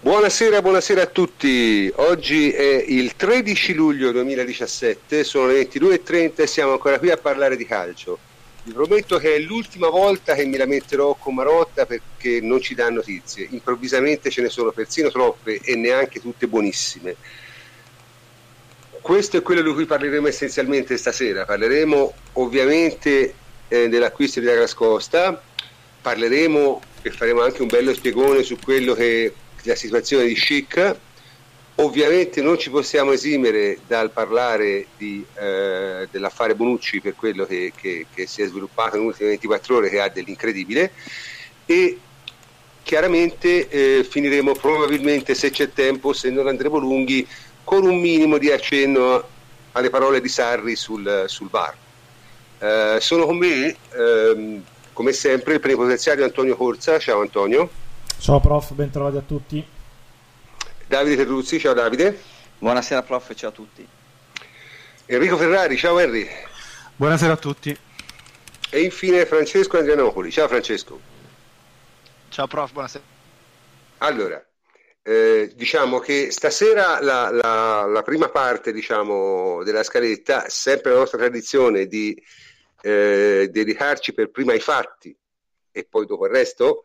Buonasera, buonasera a tutti. Oggi è il 13 luglio 2017, sono le 22:30 e siamo ancora qui a parlare di calcio. Vi prometto che è l'ultima volta che mi lamenterò con Marotta perché non ci dà notizie. Improvvisamente ce ne sono persino troppe e neanche tutte buonissime. Questo è quello di cui parleremo essenzialmente stasera. Parleremo ovviamente dell'acquisto di Douglas Costa, parleremo e faremo anche un bello spiegone su quello che la situazione di Schick. Ovviamente non ci possiamo esimere dal parlare dell'affare Bonucci per quello che si è sviluppato nelle ultime 24 ore, che ha dell'incredibile, e chiaramente finiremo probabilmente, se c'è tempo, se non andremo lunghi, con un minimo di accenno alle parole di Sarri sul VAR. Sono con me, come sempre, il plenipotenziario Antonio Corsa. Ciao Antonio. Ciao prof, ben trovati a tutti. Davide Terruzzi. Ciao Davide. Buonasera prof, ciao a tutti. Enrico Ferrari. Ciao Henry. Buonasera a tutti. E infine Francesco Andrianopoli. Ciao Francesco. Ciao prof, buonasera. Allora, diciamo che stasera la prima parte, diciamo, della scaletta, sempre la nostra tradizione di dedicarci per prima ai fatti e poi dopo il resto,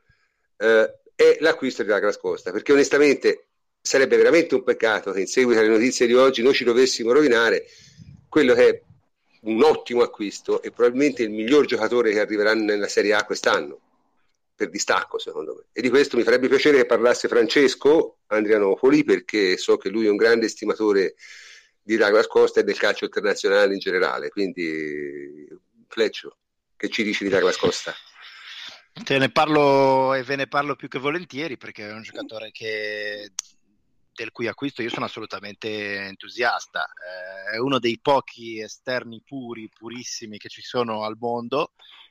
è l'acquisto di Douglas Costa, perché onestamente sarebbe veramente un peccato che in seguito alle notizie di oggi noi ci dovessimo rovinare quello che è un ottimo acquisto e probabilmente il miglior giocatore che arriverà nella Serie A quest'anno, per distacco secondo me. E di questo mi farebbe piacere che parlasse Francesco Andrianopoli, perché so che lui è un grande estimatore di Douglas Costa e del calcio internazionale in generale. Quindi Fleccio, che ci dici di Douglas Costa? Te ne parlo e ve ne parlo più che volentieri, perché è un giocatore del cui acquisto io sono assolutamente entusiasta. È uno dei pochi esterni purissimi che ci sono al mondo.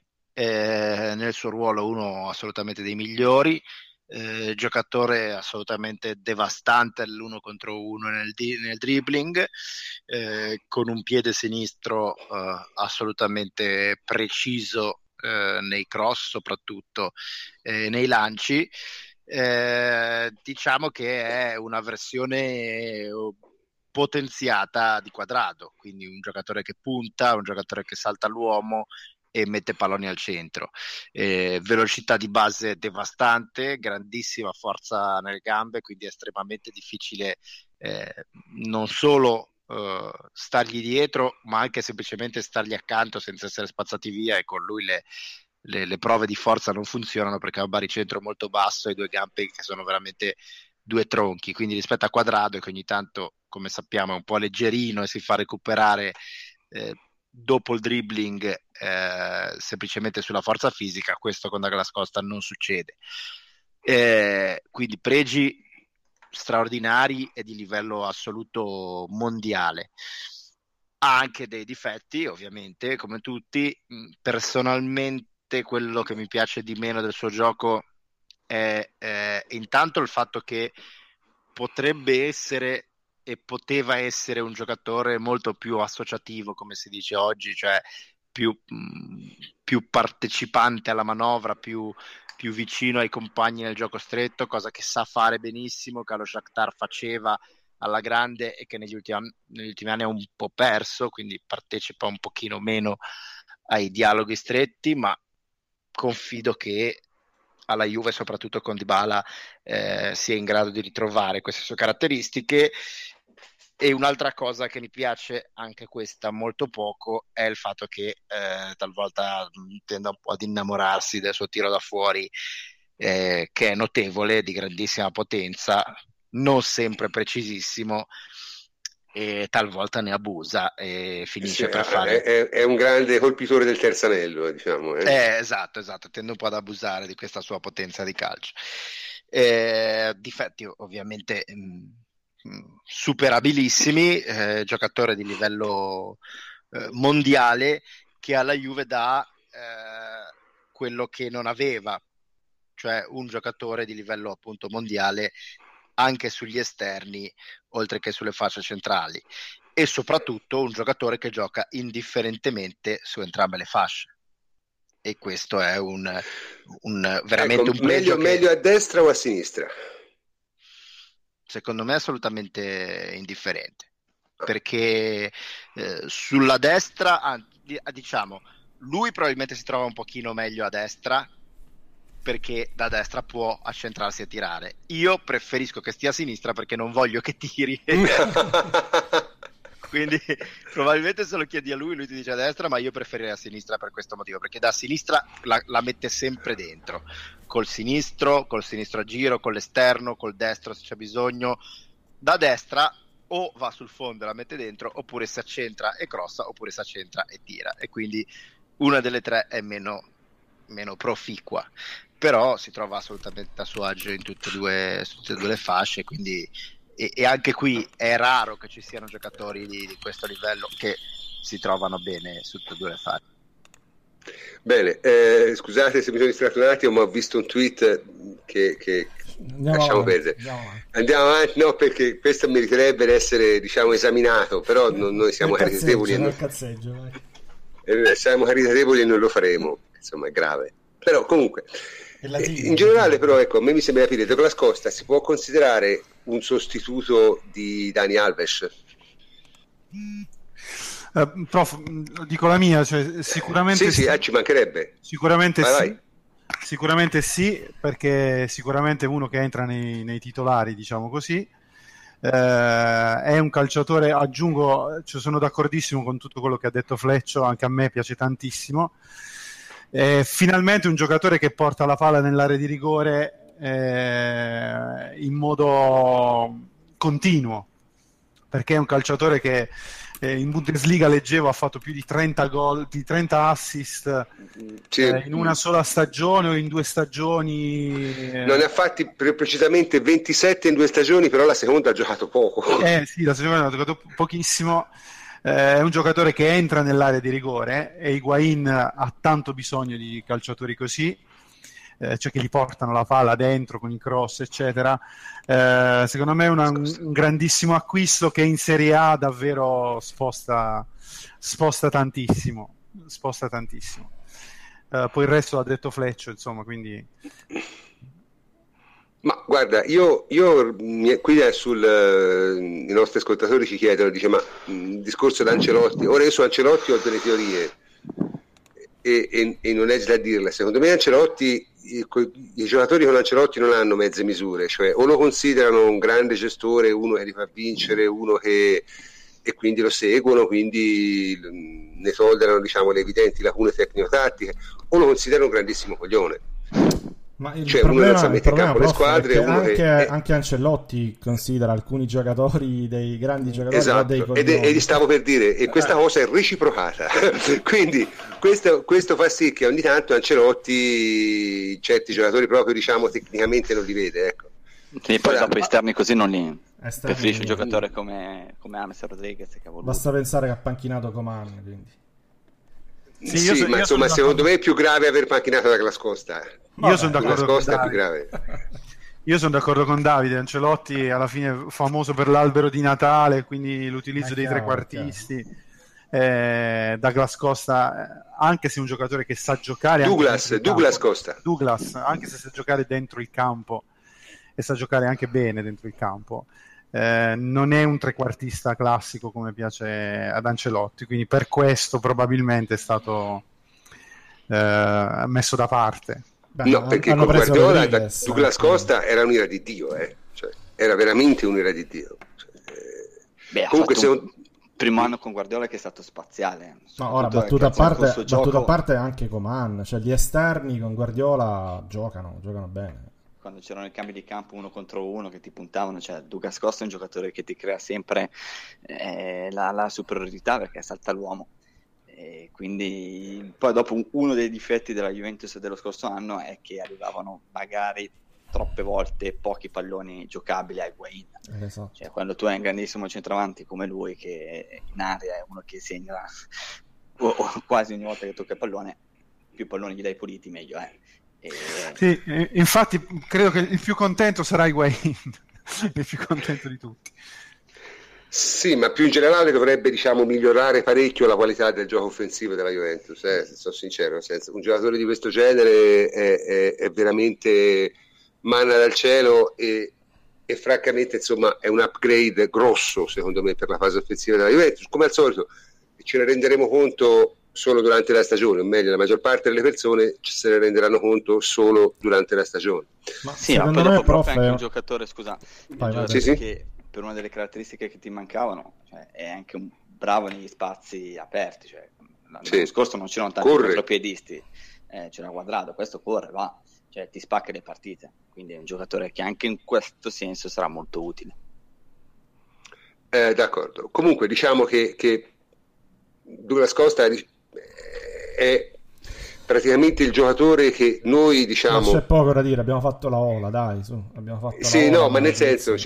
Nel suo ruolo uno assolutamente dei migliori, giocatore assolutamente devastante l'uno contro uno nel dribbling, con un piede sinistro assolutamente preciso nei cross, soprattutto nei lanci. Diciamo che è una versione potenziata di Quadrado, quindi un giocatore che punta, un giocatore che salta l'uomo e mette palloni al centro. Velocità di base devastante, grandissima forza nelle gambe, quindi è estremamente difficile non solo stargli dietro, ma anche semplicemente stargli accanto senza essere spazzati via, e con lui le prove di forza non funzionano perché ha un baricentro molto basso e due gambe che sono veramente due tronchi, quindi rispetto a Quadrado, che ogni tanto, come sappiamo, è un po' leggerino e si fa recuperare dopo il dribbling semplicemente sulla forza fisica, questo con Douglas Costa non succede. Quindi pregi straordinari e di livello assoluto mondiale. Ha anche dei difetti, ovviamente, come tutti. Personalmente quello che mi piace di meno del suo gioco è intanto il fatto che potrebbe essere e poteva essere un giocatore molto più associativo, come si dice oggi, cioè più partecipante alla manovra, più vicino ai compagni nel gioco stretto, cosa che sa fare benissimo, che lo Shakhtar faceva alla grande e che negli ultimi anni ha un po' perso, quindi partecipa un pochino meno ai dialoghi stretti, ma confido che alla Juve, soprattutto con Dybala, sia in grado di ritrovare queste sue caratteristiche. E un'altra cosa che mi piace, anche questa molto poco, è il fatto che talvolta tende un po' ad innamorarsi del suo tiro da fuori, che è notevole, di grandissima potenza, non sempre precisissimo, e talvolta ne abusa e finisce per fare... È un grande colpitore del terzo anello, diciamo. Esatto, tende un po' ad abusare di questa sua potenza di calcio. Difetti ovviamente superabilissimi, giocatore di livello mondiale, che alla Juve dà quello che non aveva, cioè un giocatore di livello appunto mondiale anche sugli esterni oltre che sulle fasce centrali, e soprattutto un giocatore che gioca indifferentemente su entrambe le fasce, e questo è un veramente ecco, un pregio meglio a destra o a sinistra? secondo me assolutamente indifferente, perché sulla destra, diciamo, lui probabilmente si trova un pochino meglio a destra, perché da destra può accentrarsi e tirare. Io preferisco che stia a sinistra perché non voglio che tiri. Quindi probabilmente se lo chiedi a lui ti dice a destra, ma io preferirei a sinistra per questo motivo, perché da sinistra la mette sempre dentro, col sinistro a giro, con l'esterno, col destro se c'è bisogno. Da destra o va sul fondo e la mette dentro, oppure si accentra e crossa, oppure si accentra e tira, e quindi una delle tre è meno proficua, però si trova assolutamente a suo agio in tutte e due le fasce, quindi e anche qui è raro che ci siano giocatori di questo livello che si trovano bene su tutte e due le fasce. Bene, scusate se mi sono distratto un attimo, ma ho visto un tweet che lasciamo perdere. Andiamo avanti, no, perché questo meriterebbe di essere, diciamo, esaminato, però noi siamo caritatevoli siamo caritatevoli e non lo faremo, insomma è grave, però comunque in generale, però ecco, a me mi sembra capire, Douglas Costa si può considerare un sostituto di Dani Alves? Prof, dico la mia, cioè sicuramente sì, ci mancherebbe. Sicuramente vai. Sì. Sicuramente sì, perché sicuramente uno che entra nei titolari, diciamo così, è un calciatore, aggiungo, cioè sono d'accordissimo con tutto quello che ha detto Fleccio, anche a me piace tantissimo. Finalmente un giocatore che porta la palla nell'area di rigore in modo continuo, perché è un calciatore che in Bundesliga leggevo ha fatto più di 30 gol, di 30 assist in una sola stagione o in 2 stagioni. Non ne ha fatti precisamente 27 in 2 stagioni, però la seconda ha giocato poco. Sì, la seconda ha giocato pochissimo. È un giocatore che entra nell'area di rigore e Higuaín ha tanto bisogno di calciatori così, cioè che gli portano la palla dentro con i cross, eccetera. Secondo me è un grandissimo acquisto che in Serie A davvero sposta tantissimo. Poi il resto l'ha detto Fleccio, insomma, quindi... Ma guarda, io qui i nostri ascoltatori ci chiedono, dice, ma il discorso di Ancelotti, ora io su Ancelotti ho delle teorie e non è da dirle. Secondo me Ancelotti, i giocatori con Ancelotti non hanno mezze misure, cioè o lo considerano un grande gestore, uno che li fa vincere, uno che e quindi lo seguono, quindi ne tollerano, diciamo, le evidenti lacune tecnico-tattiche, o lo considerano un grandissimo coglione. Ma il problema, le squadre, anche Ancelotti considera alcuni giocatori dei grandi giocatori, esatto, dei e gli stavo per dire, e questa cosa è reciprocata. Quindi questo fa sì che ogni tanto Ancelotti certi giocatori proprio, diciamo, tecnicamente non li vede, ecco. Sì, poi dopo esterni così non li preferisce un giocatore come James Rodriguez che basta pensare che ha panchinato Coman, quindi. Sì, ma insomma secondo me è più grave aver panchinato Douglas Costa. Io sono d'accordo con Davide. Più grave. Io sono d'accordo con Davide. Ancelotti alla fine è famoso per l'albero di Natale, quindi l'utilizzo dei trequartisti. Douglas Costa, anche se è un giocatore che sa giocare, Douglas Costa, anche se sa giocare dentro il campo e sa giocare anche bene dentro il campo, non è un trequartista classico come piace ad Ancelotti, quindi per questo probabilmente è stato messo da parte. No, perché con Guardiola Douglas Costa era un'ira di Dio, cioè, era veramente un'ira di Dio. Comunque primo anno con Guardiola che è stato spaziale. No, ora battuta a parte anche Coman, cioè gli esterni con Guardiola giocano bene. Quando c'erano i cambi di campo 1 contro 1 che ti puntavano, cioè Douglas Costa è un giocatore che ti crea sempre la superiorità perché salta l'uomo. E quindi poi dopo uno dei difetti della Juventus dello scorso anno è che arrivavano magari troppe volte pochi palloni giocabili a Higuaín. Esatto. Cioè, quando tu hai un grandissimo centravanti come lui che in area è uno che segna o quasi ogni volta che tocca il pallone, più palloni gli dai puliti meglio è. Sì, infatti credo che il più contento sarà Higuaín, il più contento di tutti. Sì, ma più in generale dovrebbe, diciamo, migliorare parecchio la qualità del gioco offensivo della Juventus, sono sincero, un giocatore di questo genere è veramente manna dal cielo e e francamente insomma è un upgrade grosso secondo me per la fase offensiva della Juventus. Come al solito ce ne renderemo conto solo durante la stagione, o meglio la maggior parte delle persone se ne renderanno conto solo durante la stagione. Ma sì, ma poi dopo è anche un giocatore, scusa, che per una delle caratteristiche che ti mancavano, cioè, è anche un bravo negli spazi aperti, cioè, l'anno scorso non c'erano tanti contropiedisti, c'era Quadrado, questo corre, va, cioè, ti spacca le partite, quindi è un giocatore che anche in questo senso sarà molto utile. D'accordo, comunque diciamo che Douglas Costa è praticamente il giocatore che noi diciamo... Non c'è poco da dire, abbiamo fatto la ola, dai, su. Abbiamo fatto sì, no, ma nel senso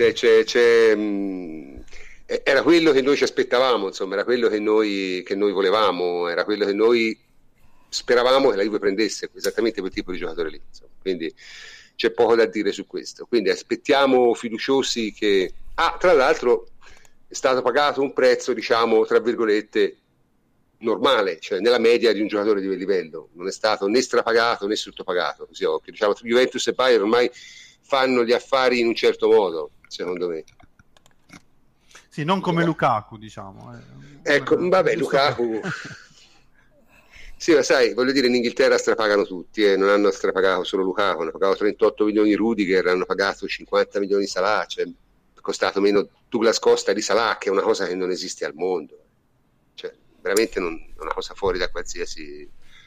era quello che noi ci aspettavamo, insomma, era quello che noi volevamo, era quello che noi speravamo che la Juve prendesse, esattamente quel tipo di giocatore lì, insomma. Quindi c'è poco da dire su questo, quindi aspettiamo fiduciosi che... tra l'altro è stato pagato un prezzo, diciamo, tra virgolette, normale, cioè nella media di un giocatore di quel livello, non è stato né strapagato né sottopagato, così occhio. Diciamo, Juventus e Bayern ormai fanno gli affari in un certo modo, secondo me. Sì, non come Lukaku, diciamo. Ecco, vabbè, Lukaku... Sì, ma sai, voglio dire, in Inghilterra strapagano tutti, non hanno strapagato solo Lukaku, hanno pagato 38 milioni Rudiger, hanno pagato 50 milioni Salah, cioè è costato meno Douglas Costa di Salah, che è una cosa che non esiste al mondo. Cioè, veramente una cosa fuori da qualsiasi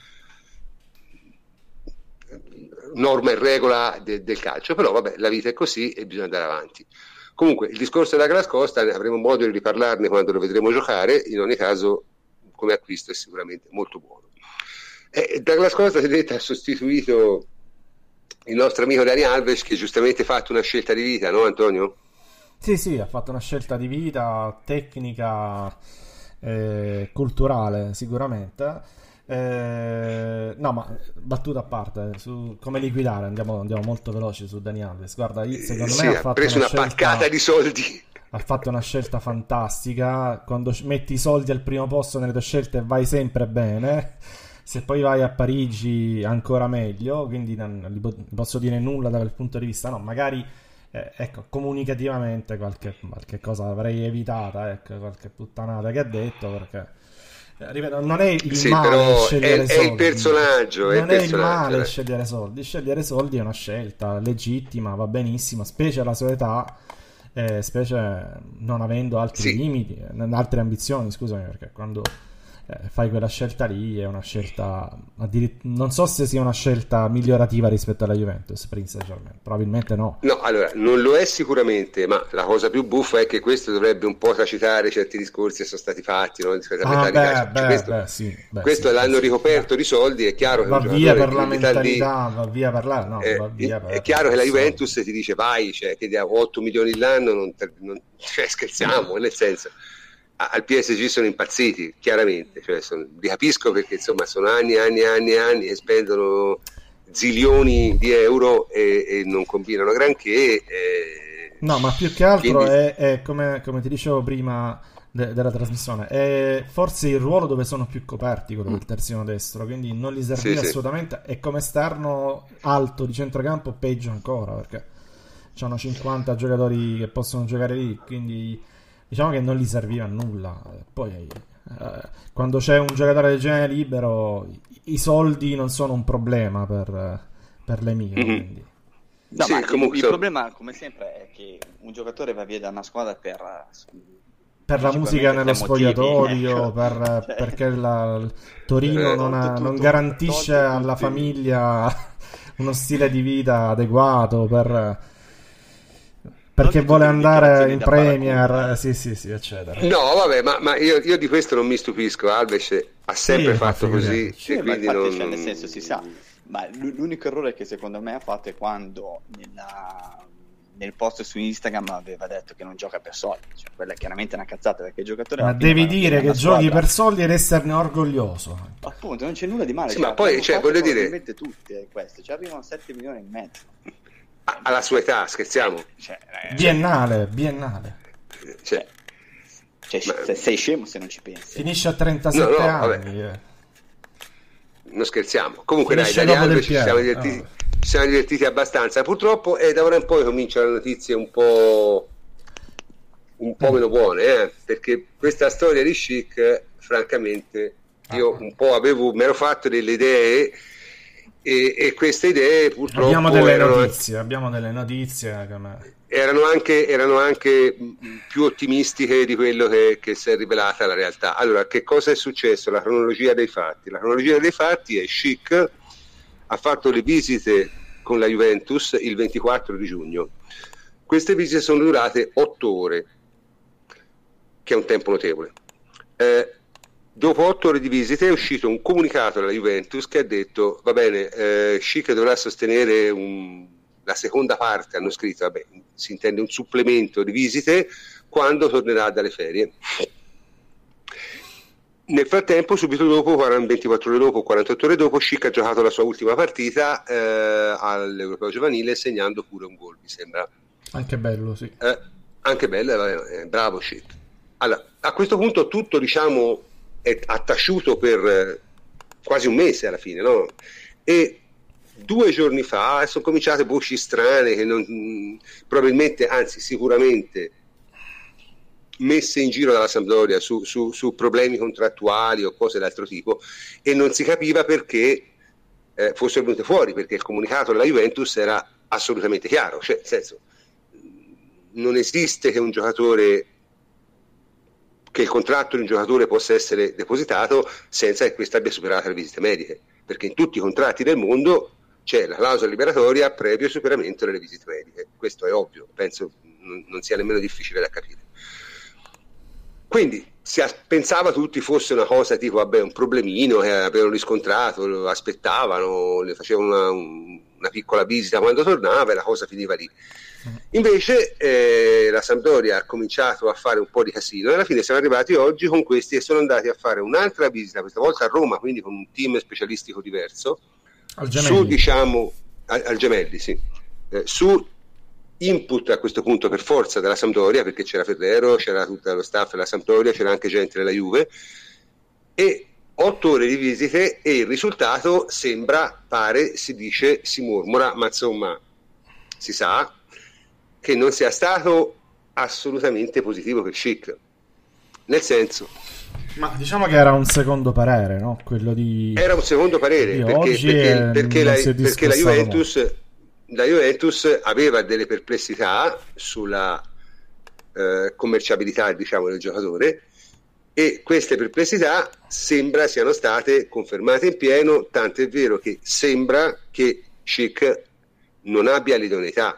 norma e regola del calcio, però vabbè, la vita è così e bisogna andare avanti. Comunque il discorso della Douglas Costa avremo modo di riparlarne quando lo vedremo giocare, in ogni caso come acquisto è sicuramente molto buono. Douglas Costa, si ha sostituito il nostro amico Dani Alves, che giustamente ha fatto una scelta di vita, no Antonio? Sì, ha fatto una scelta di vita tecnica, culturale sicuramente. No, ma battuta a parte, come liquidare, andiamo molto veloci su Dani Alves. Guarda, secondo me ha preso una paccata di soldi. Ha fatto una scelta fantastica. Quando metti i soldi al primo posto nelle tue scelte vai sempre bene. Se poi vai a Parigi ancora meglio, quindi non gli posso dire nulla da quel punto di vista. No, magari ecco, comunicativamente qualche cosa avrei evitata, ecco, qualche puttanata che ha detto, perché ripeto, non è il male scegliere soldi, è il personaggio, non è il male scegliere soldi è una scelta legittima, va benissimo, specie alla sua età, specie non avendo altri limiti, altre ambizioni, scusami, perché quando fai quella scelta lì è una scelta, non so se sia una scelta migliorativa rispetto alla Juventus principalmente, probabilmente no, allora non lo è sicuramente, ma la cosa più buffa è che questo dovrebbe un po' tacitare certi discorsi che sono stati fatti, no? Questo l'hanno ricoperto di soldi, è chiaro che va via per la mentalità, va via per là, è chiaro che la Juventus ti dice vai, cioè che dia 8 milioni l'anno, cioè, scherziamo, nel senso, al PSG sono impazziti, chiaramente, cioè li capisco, perché insomma sono anni che spendono zilioni di euro e non combinano granché. No, ma più che altro quindi... è come ti dicevo prima della trasmissione, è forse il ruolo dove sono più coperti, quello del terzino destro, quindi non li serve assolutamente, e come esterno alto di centrocampo peggio ancora, perché c'hanno 50 giocatori che possono giocare lì, quindi diciamo che non gli serviva a nulla. Poi quando c'è un giocatore del genere libero, i soldi non sono un problema per le mie, quindi. No, ma il problema, come sempre, è che un giocatore va via da una squadra per la musica nello spogliatoio, perché il Torino non garantisce alla famiglia uno stile di vita adeguato, perché vuole andare in Premier, sì, eccetera. No, vabbè, ma io di questo non mi stupisco. Alves ha sempre fatto così, e quindi nel senso si sa. Ma l'unico errore che secondo me ha fatto è quando nel post su Instagram aveva detto che non gioca per soldi, cioè, quella è chiaramente una cazzata, perché il giocatore, ma devi dire che giochi per soldi ed esserne orgoglioso, appunto, non c'è nulla di male, sì, ma poi voglio dire tutti questo, ci arrivano 7 milioni e mezzo alla sua età, scherziamo, biennale, cioè, sei scemo se non ci pensi, finisce a 37 anni, non scherziamo. Comunque finisce, dai, Dani Alves ci siamo divertiti. siamo divertiti abbastanza. Purtroppo da ora in poi cominciano le notizie un po' meno buone, perché questa storia di Schick, francamente, io un po' mi ero fatto delle idee, e queste idee purtroppo abbiamo delle notizie erano anche più ottimistiche di quello che si è rivelata la realtà. Allora, che cosa è successo? La cronologia dei fatti è: Schick ha fatto le visite con la Juventus il 24 di giugno. Queste visite sono durate 8 ore, che è un tempo notevole. Dopo 8 ore di visite è uscito un comunicato dalla Juventus che ha detto: va bene, Schick dovrà sostenere la seconda parte, hanno scritto, vabbè, si intende un supplemento di visite quando tornerà dalle ferie. Nel frattempo, subito dopo, 24 ore dopo, 48 ore dopo, Schick ha giocato la sua ultima partita all'Europeo Giovanile, segnando pure un gol, mi sembra. Anche bello, sì. Anche bello, bravo Schick. Allora, a questo punto tutto, diciamo, è attasciuto per quasi un mese alla fine, no? E 2 giorni fa sono cominciate voci strane che probabilmente, anzi sicuramente, messe in giro dalla Sampdoria su problemi contrattuali o cose d'altro tipo, e non si capiva perché fossero venute fuori, perché il comunicato della Juventus era assolutamente chiaro, cioè nel senso, non esiste che il contratto di un giocatore possa essere depositato senza che questo abbia superato le visite mediche, perché in tutti i contratti del mondo c'è la clausola liberatoria previo superamento delle visite mediche. Questo è ovvio, penso non sia nemmeno difficile da capire. Quindi pensava tutti fosse una cosa tipo, vabbè, un problemino che avevano riscontrato, lo aspettavano, le facevano una piccola visita quando tornava e la cosa finiva lì. Invece la Sampdoria ha cominciato a fare un po' di casino e alla fine siamo arrivati oggi con questi, e sono andati a fare un'altra visita, questa volta a Roma, quindi con un team specialistico diverso, al Gemelli, sì. Su input a questo punto per forza della Sampdoria, perché c'era Ferrero, c'era tutto lo staff della Sampdoria, c'era anche gente della Juve, e 8 ore di visite, e il risultato si dice, si mormora, ma insomma si sa che non sia stato assolutamente positivo per Schick, nel senso, ma diciamo che era un secondo parere, no? Quello era un secondo parere, perché la Juventus aveva delle perplessità sulla commerciabilità, diciamo, del giocatore, e queste perplessità sembra siano state confermate in pieno, tanto è vero che sembra che Schick non abbia l'idoneità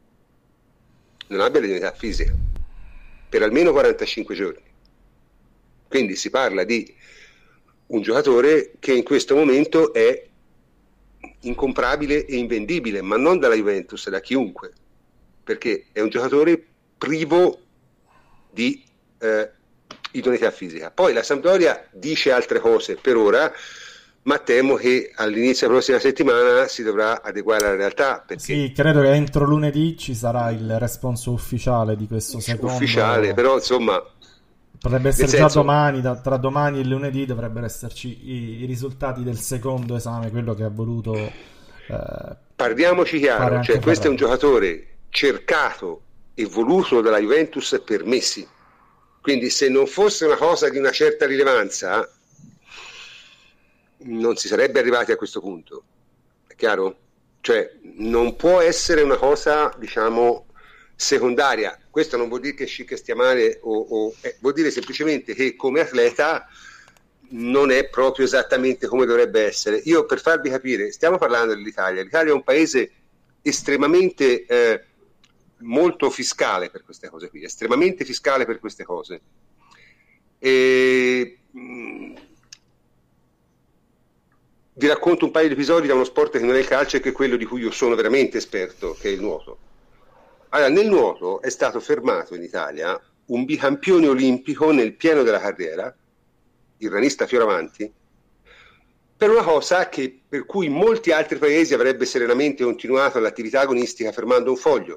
fisica per almeno 45 giorni. Quindi si parla di un giocatore che in questo momento è incomprabile e invendibile, ma non dalla Juventus, da chiunque, perché è un giocatore privo di idoneità fisica. Poi la Sampdoria dice altre cose per ora, ma temo che all'inizio della prossima settimana si dovrà adeguare alla realtà, perché sì, credo che entro lunedì ci sarà il responso ufficiale di questo secondo. Ufficiale, però insomma potrebbe essere già domani, tra domani e lunedì dovrebbero esserci i risultati del secondo esame, quello che ha voluto parliamoci chiaro, cioè questo è un giocatore cercato e voluto dalla Juventus per Messi, quindi se non fosse una cosa di una certa rilevanza non si sarebbe arrivati a questo punto, è chiaro? Cioè non può essere una cosa, diciamo, secondaria. Questo non vuol dire che Schick stia male, vuol dire semplicemente che come atleta non è proprio esattamente come dovrebbe essere. Io, per farvi capire, stiamo parlando dell'Italia. L'Italia è un paese estremamente molto fiscale per queste cose qui, estremamente fiscale per queste cose. Vi racconto un paio di episodi da uno sport che non è il calcio e che è quello di cui io sono veramente esperto, che è il nuoto. Allora, nel nuoto è stato fermato in Italia un bicampione olimpico nel pieno della carriera, il ranista Fioravanti, per una cosa per cui molti altri paesi avrebbe serenamente continuato l'attività agonistica firmando un foglio.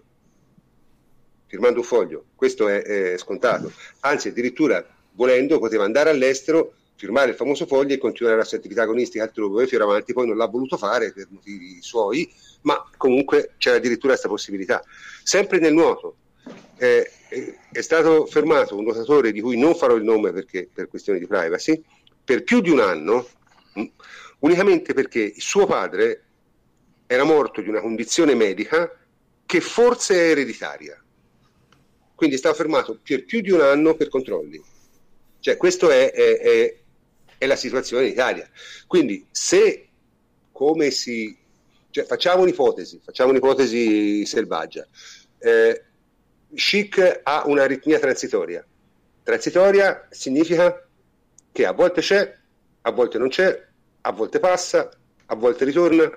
Questo è scontato. Anzi, addirittura, volendo, poteva andare all'estero, firmare il famoso foglio e continuare la sua attività agonistica altrove. Fioravanti poi non l'ha voluto fare per motivi suoi, ma comunque c'era addirittura questa possibilità. Sempre nel nuoto è stato fermato un nuotatore di cui non farò il nome perché per questioni di privacy, per più di un anno, unicamente perché suo padre era morto di una condizione medica che forse è ereditaria. Quindi è stato fermato per più di un anno per controlli. Cioè, questa è la situazione in Italia. Quindi, se come si... Cioè, facciamo un'ipotesi selvaggia. Schick ha un'aritmia transitoria. Transitoria significa che a volte c'è, a volte non c'è, a volte passa, a volte ritorna.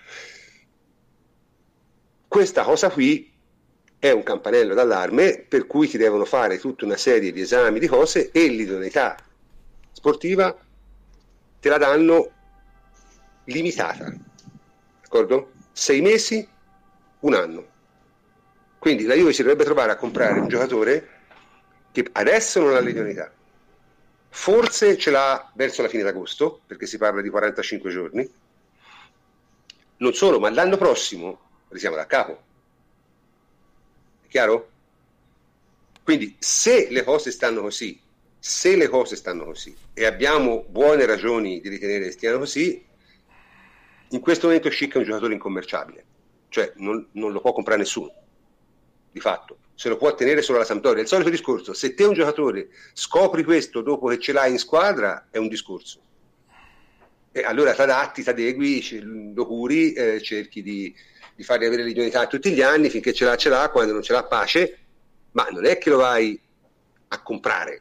Questa cosa qui è un campanello d'allarme per cui ti devono fare tutta una serie di esami di cose e l'idoneità sportiva te la danno limitata, d'accordo? 6 mesi, un anno. Quindi la Juve si dovrebbe trovare a comprare un giocatore che adesso non ha l'idoneità, forse ce l'ha verso la fine d'agosto, perché si parla di 45 giorni, non solo, ma l'anno prossimo risiamo da capo. È chiaro? Quindi se le cose stanno così e abbiamo buone ragioni di ritenere che stiano così, in questo momento Schick è un giocatore incommerciabile, cioè non lo può comprare nessuno, di fatto. Se lo può tenere solo la Sampdoria. Il solito discorso: se te un giocatore scopri questo dopo che ce l'hai in squadra, è un discorso, e allora ti adatti, ti adegui, lo curi, cerchi di fargli avere l'idoneità tutti gli anni, finché ce l'ha, quando non ce l'ha pace, ma non è che lo vai a comprare.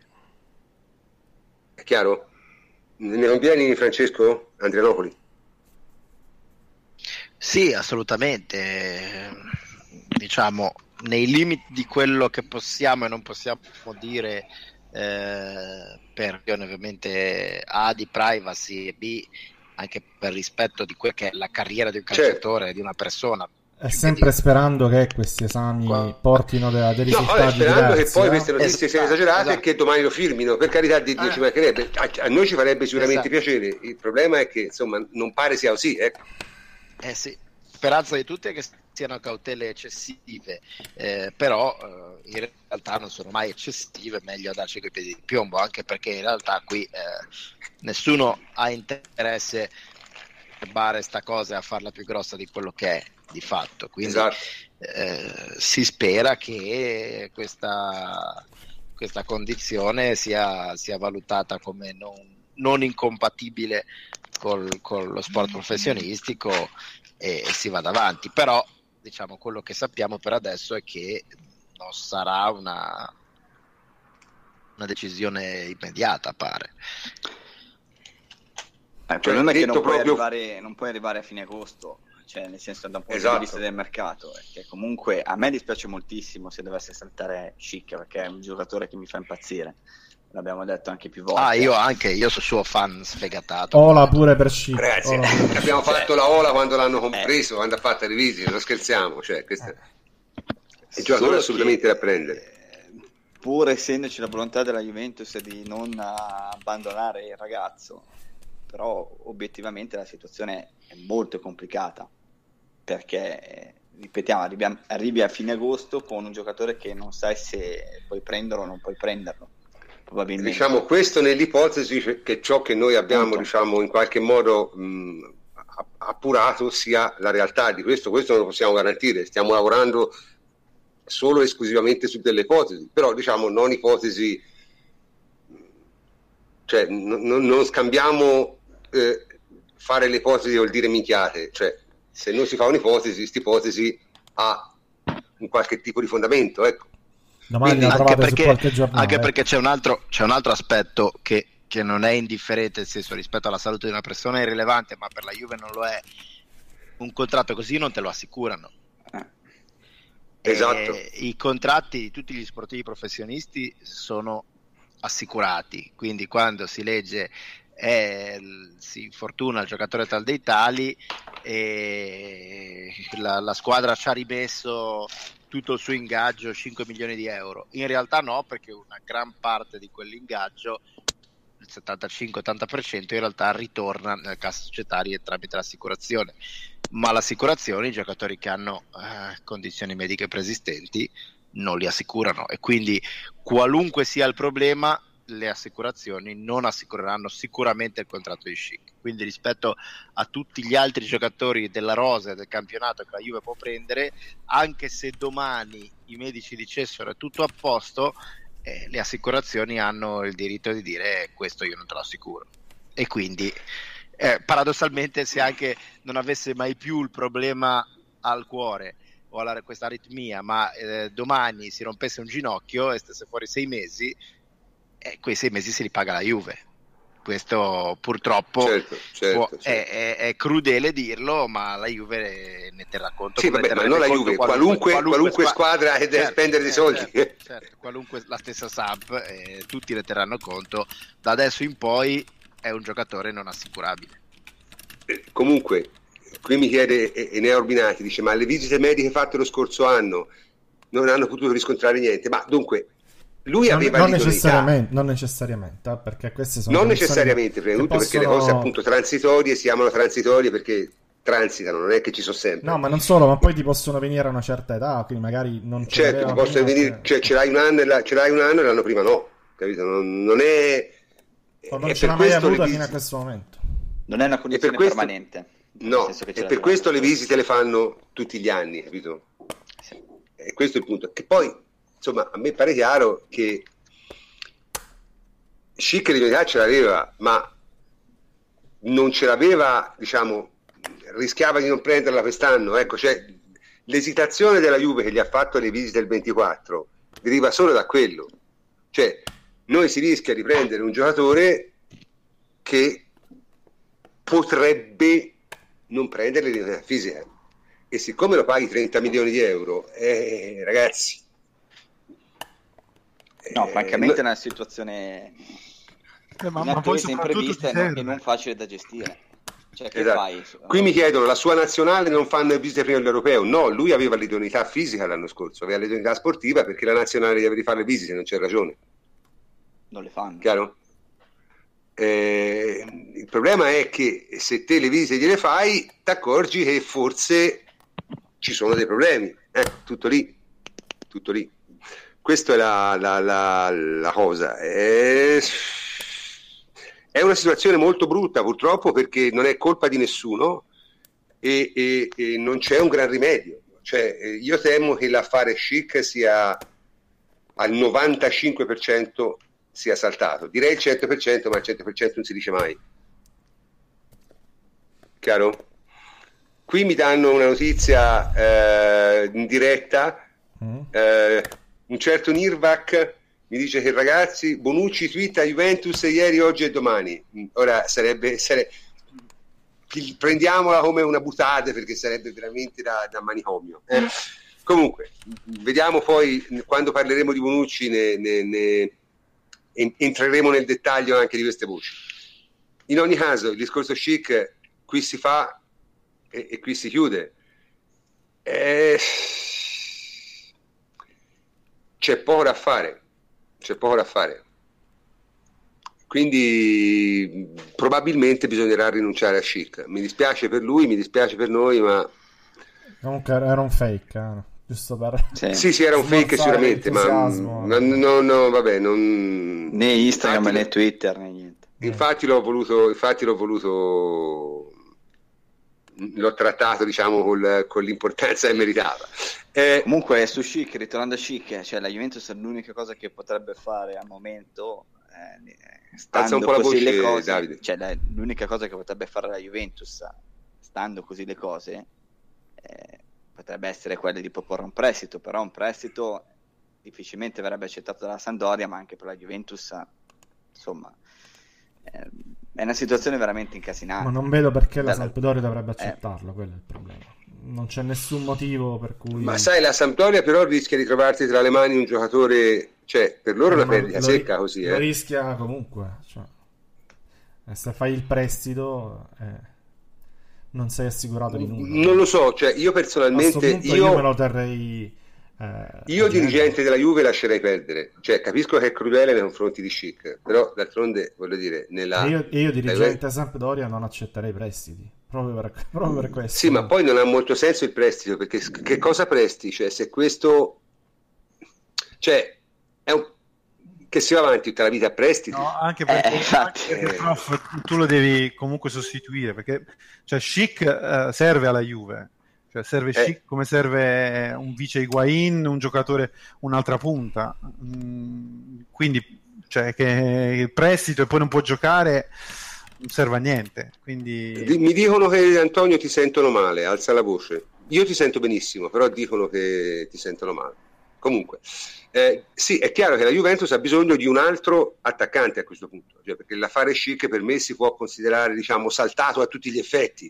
È chiaro? Ne convieni, Francesco Andrianopoli? Sì, assolutamente. Diciamo, nei limiti di quello che possiamo e non possiamo dire, per ovviamente A di privacy e B anche per rispetto di quella che è la carriera di un calciatore, di una persona. E sempre sperando che questi esami portino dei risultati sperando diversi, che poi queste notizie siano esagerate e che domani lo firmino, per carità di Dio, ci mancherebbe. A noi ci farebbe sicuramente piacere. Il problema è che insomma non pare sia così, ecco. Sì, speranza di tutti è che siano cautele eccessive, però in realtà non sono mai eccessive, meglio darci coi piedi di piombo, anche perché in realtà qui nessuno ha interesse a rubare sta cosa e a farla più grossa di quello che è di fatto, quindi si spera che questa condizione sia valutata come non incompatibile con lo sport professionistico e si vada avanti. Però diciamo, quello che sappiamo per adesso è che non sarà una decisione immediata, pare. Il problema è che non puoi arrivare a fine agosto, cioè nel senso, da un punto di vista del mercato, che comunque a me dispiace moltissimo se dovesse saltare Schick, perché è un giocatore che mi fa impazzire, l'abbiamo detto anche più volte. Io sono suo fan sfegatato. Ola pure per Schick. Ragazzi, abbiamo fatto la Ola quando l'hanno compreso, quando ha fatto le visite, non scherziamo, cioè questo è un giocatore assolutamente da prendere. Pur essendoci la volontà della Juventus di non abbandonare il ragazzo, però obiettivamente la situazione è molto complicata, perché ripetiamo, arrivi a fine agosto con un giocatore che non sai se puoi prenderlo o non puoi prenderlo, probabilmente. Diciamo, questo nell'ipotesi che ciò che noi abbiamo diciamo in qualche modo appurato sia la realtà di questo non lo possiamo garantire, stiamo lavorando solo e esclusivamente su delle ipotesi, però diciamo non ipotesi, cioè non scambiamo fare le ipotesi vuol dire minchiate, cioè se non si fa un'ipotesi, questa ipotesi ha un qualche tipo di fondamento, ecco. Quindi, anche perché c'è un altro aspetto che non è indifferente, nel senso, rispetto alla salute di una persona è rilevante, ma per la Juve non lo è. Un contratto così non te lo assicurano. Esatto. I contratti di tutti gli sportivi professionisti sono assicurati, quindi quando si legge si infortuna il giocatore tal dei tali e la squadra ci ha rimesso tutto il suo ingaggio, 5 milioni di euro. In realtà no, perché una gran parte di quell'ingaggio il 75-80% in realtà ritorna nelle casse societarie tramite l'assicurazione, ma l'assicurazione, i giocatori che hanno condizioni mediche preesistenti non li assicurano, e quindi qualunque sia il problema le assicurazioni non assicureranno sicuramente il contratto di Schick. Quindi rispetto a tutti gli altri giocatori della rosa e del campionato che la Juve può prendere, anche se domani i medici dicessero è tutto a posto, le assicurazioni hanno il diritto di dire questo io non te lo assicuro. E quindi paradossalmente, se anche non avesse mai più il problema al cuore o questa aritmia, ma domani si rompesse un ginocchio e stesse fuori 6 mesi, quei 6 mesi se li paga la Juve. Questo purtroppo certo. È crudele dirlo, ma la Juve ne terrà conto. Sì, vabbè, ma non la Juve, qualunque squadra che deve spendere dei soldi. Certo, la stessa Samp, tutti ne terranno conto. Da adesso in poi è un giocatore non assicurabile. Comunque, qui mi chiede Enea Orbinati, dice: ma le visite mediche fatte lo scorso anno non hanno potuto riscontrare niente? Ma dunque, lui aveva non necessariamente, perché queste sono non necessariamente, prima di tutto perché le cose appunto transitorie si chiamano transitorie perché transitano, non è che ci sono sempre. No, ma non solo, ma poi ti possono venire a una certa età, quindi magari non c'è. Certo, ti possono venire, cioè ce l'hai un anno e l'anno prima no, capito? Non è. O non ce l'ha mai avuta fino a questo momento. Non è una condizione permanente. No, e per questo le visite le fanno tutti gli anni, capito? Sì. E questo è il punto. Che poi, insomma, a me pare chiaro che Schick l'identità ce l'aveva, ma non ce l'aveva, diciamo, rischiava di non prenderla quest'anno. Ecco, cioè, l'esitazione della Juve che gli ha fatto le visite del 24 deriva solo da quello. Cioè, noi si rischia di prendere un giocatore che potrebbe non prendere l'identità fisica. E siccome lo paghi 30 milioni di euro, ragazzi... No, francamente è una situazione ma poi imprevista e non facile da gestire. Cioè, che esatto. fai? Qui mi chiedono, la sua nazionale non fanno le visite prima dell'europeo? No, lui aveva l'idoneità fisica l'anno scorso, aveva l'idoneità sportiva, perché la nazionale deve fare le visite, non c'è ragione. Non le fanno. Chiaro? Il problema è che se te le visite gliele fai, ti accorgi che forse ci sono dei problemi. Tutto lì. Questa è la cosa. È una situazione molto brutta, purtroppo, perché non è colpa di nessuno e non c'è un gran rimedio. Cioè, io temo che l'affare Schick sia al 95% sia saltato. Direi il 100%, ma il 100% non si dice mai. Chiaro? Qui mi danno una notizia in diretta. Un certo Nirvak mi dice che, ragazzi, Bonucci twitta Juventus ieri, oggi e domani. Ora prendiamola come una buttata, perché sarebbe veramente da manicomio. Comunque, vediamo poi quando parleremo di Bonucci entreremo nel dettaglio anche di queste voci. In ogni caso, il discorso Schick qui si fa e qui si chiude. C'è poco da fare. Quindi probabilmente bisognerà rinunciare a Schick. Mi dispiace per lui, mi dispiace per noi, ma comunque era un fake, giusto per... Sì, era un fake sicuramente, ma no, vabbè, non... né Instagram né Twitter né niente. Infatti l'ho trattato, diciamo, con l'importanza che meritava. Comunque su Schick, ritornando a Schick, cioè la Juventus è l'unica cosa che potrebbe fare al momento, stando un po' così la voce, le cose, Davide. cioè l'unica cosa che potrebbe fare la Juventus, stando così le cose, potrebbe essere quella di proporre un prestito, però un prestito difficilmente verrebbe accettato dalla Sampdoria, ma anche per la Juventus, insomma, è una situazione veramente incasinata. Ma non vedo perché la Sampdoria dovrebbe accettarlo, quello è il problema. Non c'è nessun motivo per cui... Ma sai, la Sampdoria però rischia di trovarti tra le mani un giocatore, cioè per loro è una perdita secca così. Lo rischia comunque, cioè, se fai il prestito non sei assicurato di nulla. Non lo so, cioè io personalmente... io me lo terrei Io dirigente della Juve lascerei perdere, cioè capisco che è crudele nei confronti di Schick, però d'altronde voglio dire io dirigente Sampdoria non accetterei prestiti proprio per questo. Sì, ma poi non ha molto senso il prestito, perché che cosa presti? Cioè, se questo, cioè, è un che si va avanti tutta la vita a prestiti. No, anche perché prof, tu lo devi comunque sostituire, perché cioè Schick serve alla Juve, cioè serve Schick come serve un vice Higuain, un giocatore, un'altra punta, quindi cioè che il prestito e poi non può giocare non serve a niente, quindi... Mi dicono che Antonio ti sentono male, alza la voce. Io ti sento benissimo, però dicono che ti sentono male. Comunque, sì, è chiaro che la Juventus ha bisogno di un altro attaccante a questo punto, cioè, perché l'affare Schick per me si può considerare, diciamo, saltato a tutti gli effetti.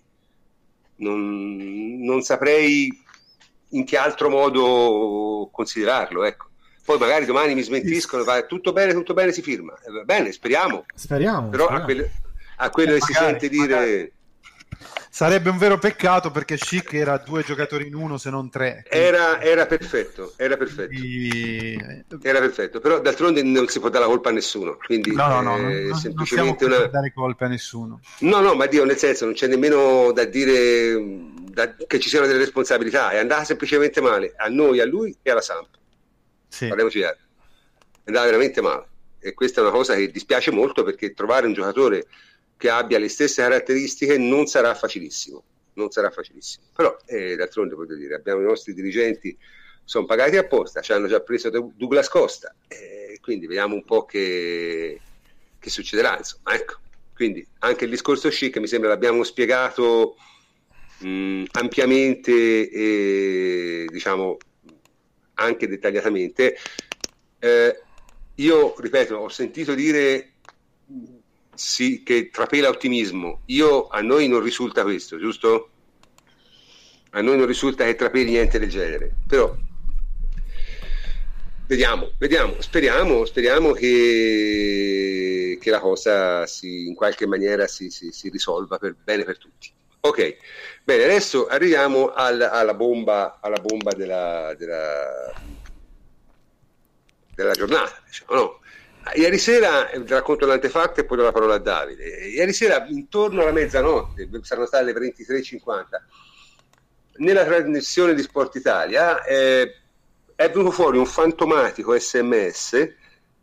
Non saprei in che altro modo considerarlo, ecco. Poi magari domani mi smentiscono, va tutto bene, si firma. Va bene, speriamo. Però a quello che si sente dire... Sarebbe un vero peccato, perché Schick era 2 giocatori in uno, se non 3. Era perfetto. Era perfetto, però d'altronde non si può dare la colpa a nessuno. Quindi no, semplicemente non dare colpe a nessuno. No, ma Dio, nel senso, non c'è nemmeno da dire che ci siano delle responsabilità. È andata semplicemente male a noi, a lui e alla Samp. Sì. Parliamoci chiaro. È andata veramente male. E questa è una cosa che dispiace molto, perché trovare un giocatore che abbia le stesse caratteristiche non sarà facilissimo, però d'altronde voglio dire, abbiamo i nostri dirigenti, sono pagati apposta, ci hanno già preso Douglas Costa, quindi vediamo un po' che succederà, insomma, ecco. Quindi anche il discorso Schick mi sembra l'abbiamo spiegato ampiamente e diciamo anche dettagliatamente. Io ripeto, ho sentito dire sì, che trapela ottimismo. A noi non risulta questo, giusto? A noi non risulta che trapeli niente del genere, però vediamo, speriamo che la cosa in qualche maniera si risolva per bene per tutti. Ok, bene, adesso arriviamo alla bomba della giornata, diciamo, no? Ieri sera, racconto l'antefatto e poi do la parola a Davide. Ieri sera, intorno alla mezzanotte, saranno state le 23:50, nella trasmissione di Sport Italia è venuto fuori un fantomatico SMS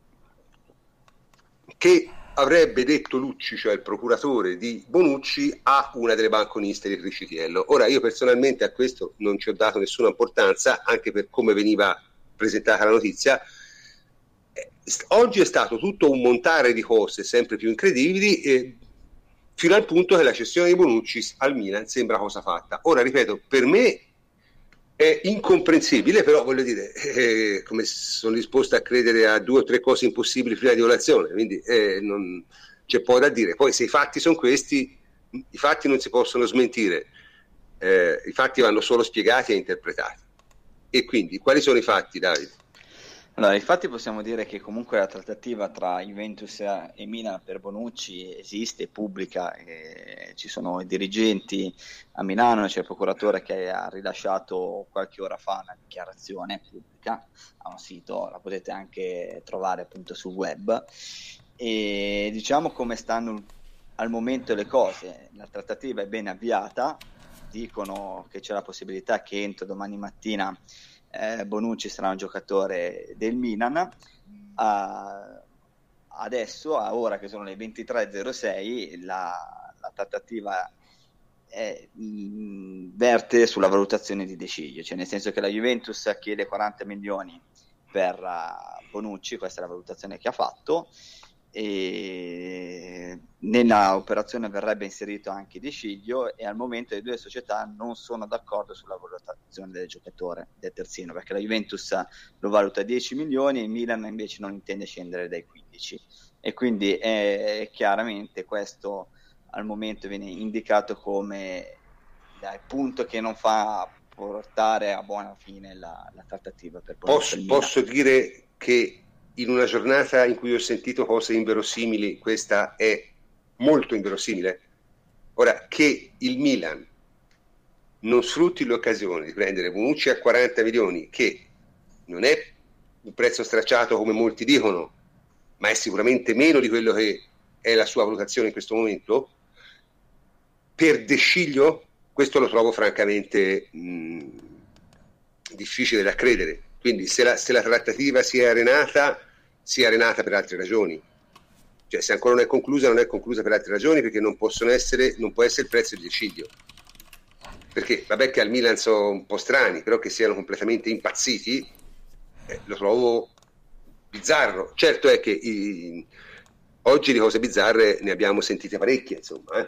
che avrebbe detto Lucci, cioè il procuratore di Bonucci, a una delle banconiste di Cricitiello. Ora, io personalmente a questo non ci ho dato nessuna importanza, anche per come veniva presentata la notizia. Oggi è stato tutto un montare di cose sempre più incredibili, fino al punto che la cessione di Bonucci al Milan sembra cosa fatta. Ora, ripeto, per me è incomprensibile, però voglio dire, come sono disposto a credere a 2 o 3 cose impossibili prima di colazione, quindi non c'è poco da dire. Poi se i fatti sono questi, i fatti non si possono smentire, i fatti vanno solo spiegati e interpretati. E quindi quali sono i fatti, Davide? Allora, infatti possiamo dire che comunque la trattativa tra Juventus e Milan per Bonucci esiste, è pubblica, ci sono i dirigenti a Milano, c'è il procuratore che ha rilasciato qualche ora fa una dichiarazione pubblica a un sito, la potete anche trovare appunto sul web, e diciamo come stanno al momento le cose. La trattativa è ben avviata, dicono che c'è la possibilità che entro domani mattina Bonucci sarà un giocatore del Milan. Adesso, a ora che sono le 23:06, la trattativa verte sulla valutazione di De Sciglio, cioè nel senso che la Juventus chiede 40 milioni per Bonucci, questa è la valutazione che ha fatto, e nella operazione verrebbe inserito anche De Sciglio, e al momento le 2 società non sono d'accordo sulla valutazione del giocatore, del terzino, perché la Juventus lo valuta 10 milioni e il Milan invece non intende scendere dai 15, e quindi chiaramente questo al momento viene indicato come il punto che non fa portare a buona fine la trattativa per posso dire che in una giornata in cui ho sentito cose inverosimili, questa è molto inverosimile. Ora, che il Milan non sfrutti l'occasione di prendere Bonucci a 40 milioni, che non è un prezzo stracciato come molti dicono, ma è sicuramente meno di quello che è la sua valutazione in questo momento. Per De Sciglio questo lo trovo francamente difficile da credere, quindi se la trattativa si è arenata per altre ragioni, cioè se ancora non è conclusa per altre ragioni, perché non può essere il prezzo di De Sciglio, perché vabbè che al Milan sono un po' strani, però che siano completamente impazziti lo trovo bizzarro. Certo è che oggi di cose bizzarre ne abbiamo sentite parecchie, insomma,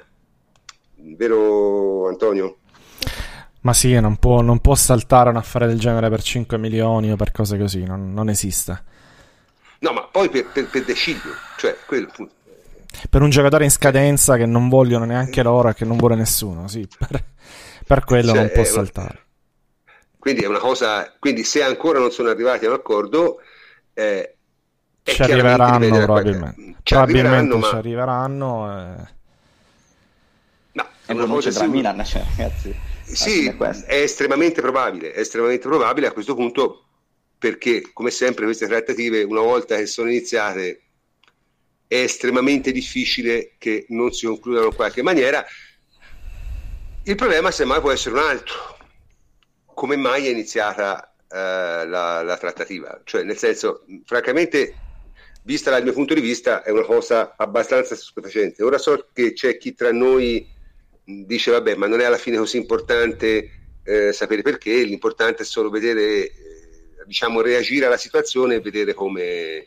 vero Antonio? Ma sì, non può saltare un affare del genere per 5 milioni o per cose così, non esiste. No, ma poi per De Sciglio, cioè quello appunto. Per un giocatore in scadenza che non vogliono neanche loro e che non vuole nessuno, sì, per quello non può saltare. Quindi è una cosa, quindi se ancora non sono arrivati a un accordo, ci arriveranno probabilmente. Probabilmente ma... ci arriveranno. No, è una cosa tra Milan, cioè, ragazzi. Sì, è estremamente probabile a questo punto, perché come sempre queste trattative, una volta che sono iniziate, è estremamente difficile che non si concludano in qualche maniera. Il problema semmai può essere un altro: come mai è iniziata la trattativa? Cioè, nel senso, francamente, vista dal mio punto di vista, è una cosa abbastanza stupefacente. Ora so che c'è chi tra noi dice vabbè, ma non è alla fine così importante sapere perché, l'importante è solo vedere, diciamo, reagire alla situazione e vedere come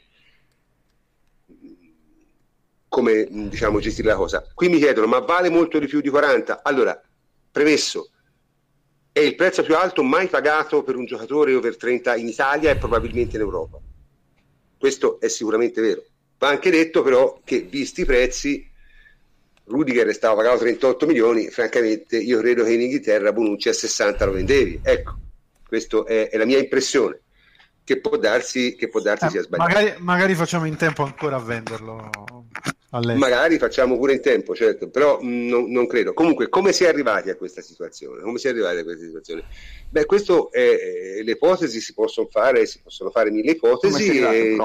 diciamo gestire la cosa. Qui mi chiedono, ma vale molto di più di 40? Allora, premesso, è il prezzo più alto mai pagato per un giocatore over 30 in Italia e probabilmente in Europa. Questo è sicuramente vero. Va anche detto però che, visti i prezzi, Rudiger stava pagato 38 milioni, francamente io credo che in Inghilterra Bonucci a 60 lo vendevi. Ecco, questa è la mia impressione, che può darsi sia sbagliato. Magari facciamo in tempo ancora a venderlo all'estero. Magari facciamo pure in tempo, certo, però non credo. Comunque, come si è arrivati a questa situazione? Beh, questo è, le ipotesi si possono fare mille ipotesi.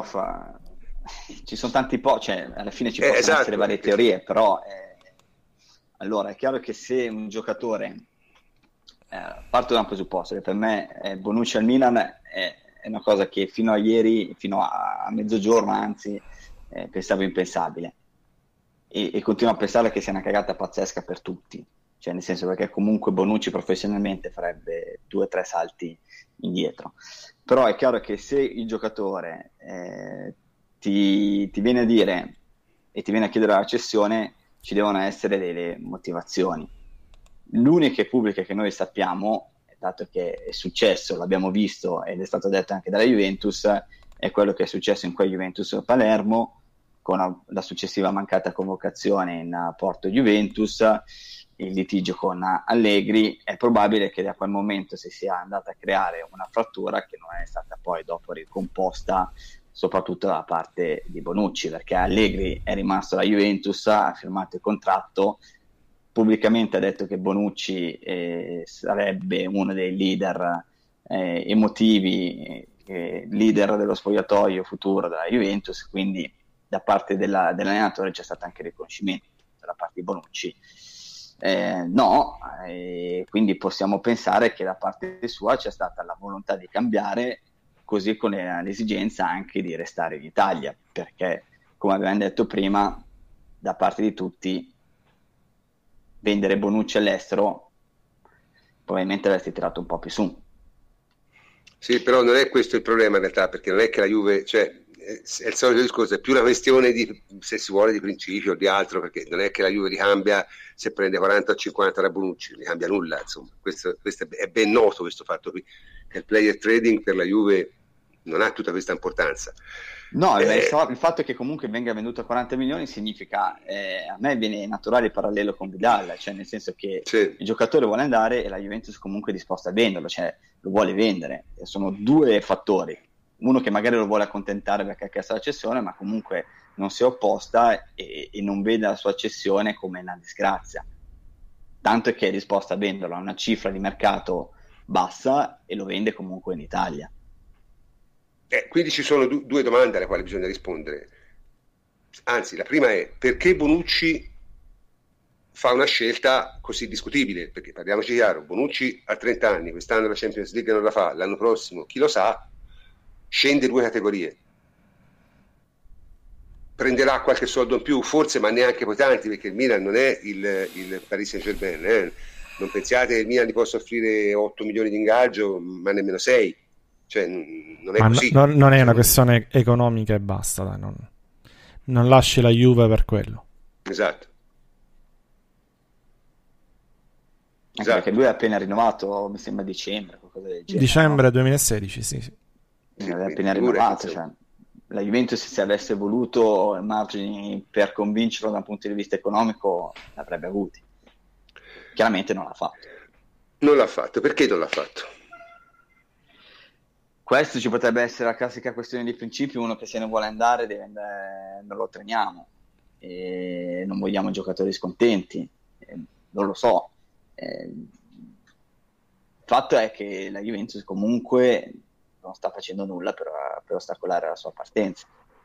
Ci sono tanti cioè alla fine ci possono essere varie teorie, però allora è chiaro che se un giocatore parto da un presupposto che per me Bonucci al Milan è una cosa che fino a ieri, fino a mezzogiorno anzi, pensavo impensabile, e continuo a pensare che sia una cagata pazzesca per tutti, cioè nel senso, perché comunque Bonucci professionalmente farebbe 2 o 3 salti indietro. Però è chiaro che se il giocatore ti viene a dire e ti viene a chiedere la cessione, ci devono essere delle motivazioni. L'unica pubblica che noi sappiamo, dato che è successo, l'abbiamo visto ed è stato detto anche dalla Juventus, è quello che è successo in quel Juventus Palermo, con la successiva mancata convocazione in Porto Juventus, il litigio con Allegri. È probabile che da quel momento si sia andata a creare una frattura che non è stata poi dopo ricomposta, soprattutto da parte di Bonucci, perché Allegri è rimasto alla Juventus, ha firmato il contratto, pubblicamente ha detto che Bonucci sarebbe uno dei leader emotivi, leader dello spogliatoio futuro della Juventus, quindi da parte dell'allenatore c'è stato anche riconoscimento da parte di Bonucci. Quindi possiamo pensare che da parte sua c'è stata la volontà di cambiare, così con l'esigenza anche di restare in Italia, perché come abbiamo detto prima, da parte di tutti, vendere Bonucci all'estero probabilmente avresti tirato un po' più su. Sì, però non è questo il problema in realtà, perché non è che la Juve, cioè è il solito discorso, è più una questione di, se si vuole, di principio o di altro, perché non è che la Juve li cambia se prende 40 o 50 da Bonucci, non li cambia nulla, insomma. Questo è ben noto, questo fatto qui, che il player trading per la Juve non ha tutta questa importanza. No, il fatto che comunque venga venduto a 40 milioni significa, a me viene naturale il parallelo con Vidal, cioè nel senso che sì, il giocatore vuole andare e la Juventus comunque è disposta a venderlo, cioè lo vuole vendere. Sono 2 fattori: uno che magari lo vuole accontentare perché ha chiesto la cessione, ma comunque non si è opposta e non vede la sua cessione come una disgrazia, tanto che è disposta a venderlo a una cifra di mercato bassa e lo vende comunque in Italia. quindi ci sono due domande alle quali bisogna rispondere. Anzi, la prima è: perché Bonucci fa una scelta così discutibile? Perché parliamoci chiaro, Bonucci ha 30 anni, quest'anno la Champions League non la fa, l'anno prossimo, chi lo sa, scende 2 categorie. Prenderà qualche soldo in più, forse, ma neanche poi tanti, perché il Milan non è il Paris Saint-Germain. Non pensiate che il Milan gli possa offrire 8 milioni di ingaggio, ma nemmeno 6. Cioè, non è così. Non è una questione economica e basta, dai, non lasci la Juve per quello. Esatto. Anche perché lui ha appena rinnovato, mi sembra dicembre, qualcosa del genere. Dicembre no? 2016, sì. Aveva appena rinnovato, cioè, la Juventus, se avesse voluto margini per convincerlo da un punto di vista economico, ne avrebbe avuti. Chiaramente non l'ha fatto. Non l'ha fatto. Perché non l'ha fatto? Questo ci potrebbe essere la classica questione di principio: uno che se ne vuole andare, non lo treniamo, e non vogliamo giocatori scontenti, non lo so. Il fatto è che la Juventus comunque non sta facendo nulla per ostacolare la sua partenza,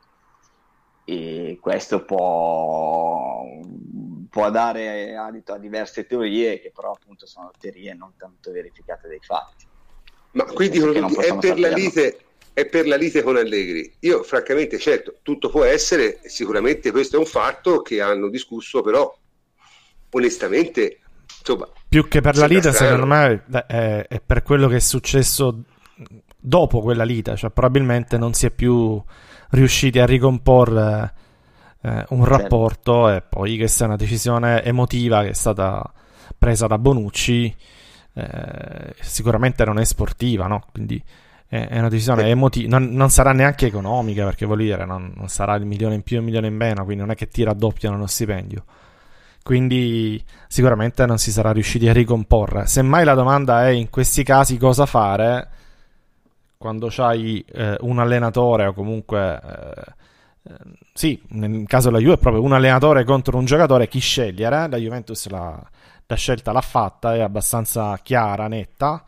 e questo può dare adito a diverse teorie, che però appunto sono teorie non tanto verificate dai fatti. Ma qui dicono tutti, è per la lite con Allegri. Io francamente, certo, tutto può essere, sicuramente questo è un fatto che hanno discusso, però onestamente, insomma, più che per la lite, secondo me è per quello che è successo dopo quella lite, cioè probabilmente non si è più riusciti a ricomporre un rapporto, e poi questa è una decisione emotiva che è stata presa da Bonucci, sicuramente non è sportiva, no? Quindi è una decisione emotiva, non sarà neanche economica, perché vuol dire non sarà il milione in più e il milione in meno, quindi non è che ti raddoppiano lo stipendio, quindi sicuramente non si sarà riusciti a ricomporre. Semmai la domanda è, in questi casi, cosa fare quando c'hai un allenatore, o comunque sì, nel caso della Juve è proprio un allenatore contro un giocatore, chi scegliere. La Juventus la scelta l'ha fatta, è abbastanza chiara, netta.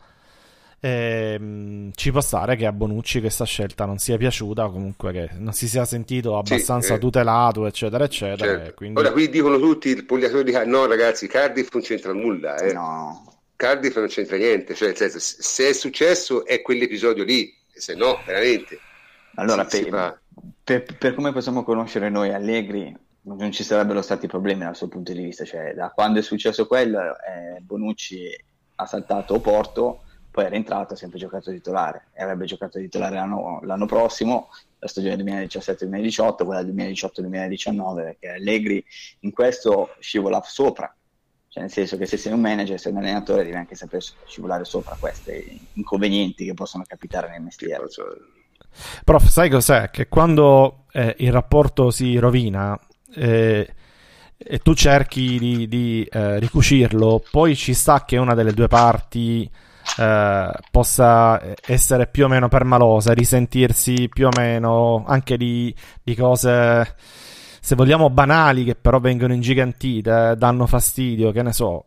Ci può stare che a Bonucci questa scelta non sia piaciuta, o comunque che non si sia sentito abbastanza tutelato, eccetera eccetera, certo. Quindi... Ora qui dicono tutti il spogliatoio di no, ragazzi, Cardiff non c'entra nulla, No. Cardiff non c'entra niente, cioè nel senso, se è successo è quell'episodio lì, se no veramente allora per come possiamo conoscere noi Allegri, non ci sarebbero stati problemi dal suo punto di vista, cioè da quando è successo quello, Bonucci ha saltato Oporto, poi è rientrato, ha sempre giocato titolare, e avrebbe giocato titolare l'anno prossimo, la stagione 2017-2018, quella 2018-2019, perché Allegri in questo scivola sopra, cioè nel senso che se sei un manager, sei un allenatore, devi anche sapere scivolare sopra questi inconvenienti che possono capitare nel mestiere. Prof, sai cos'è? Che quando il rapporto si rovina e tu cerchi di ricucirlo, poi ci sta che una delle due parti possa essere più o meno permalosa, risentirsi più o meno anche di cose, se vogliamo, banali, che però vengono ingigantite, danno fastidio, che ne so.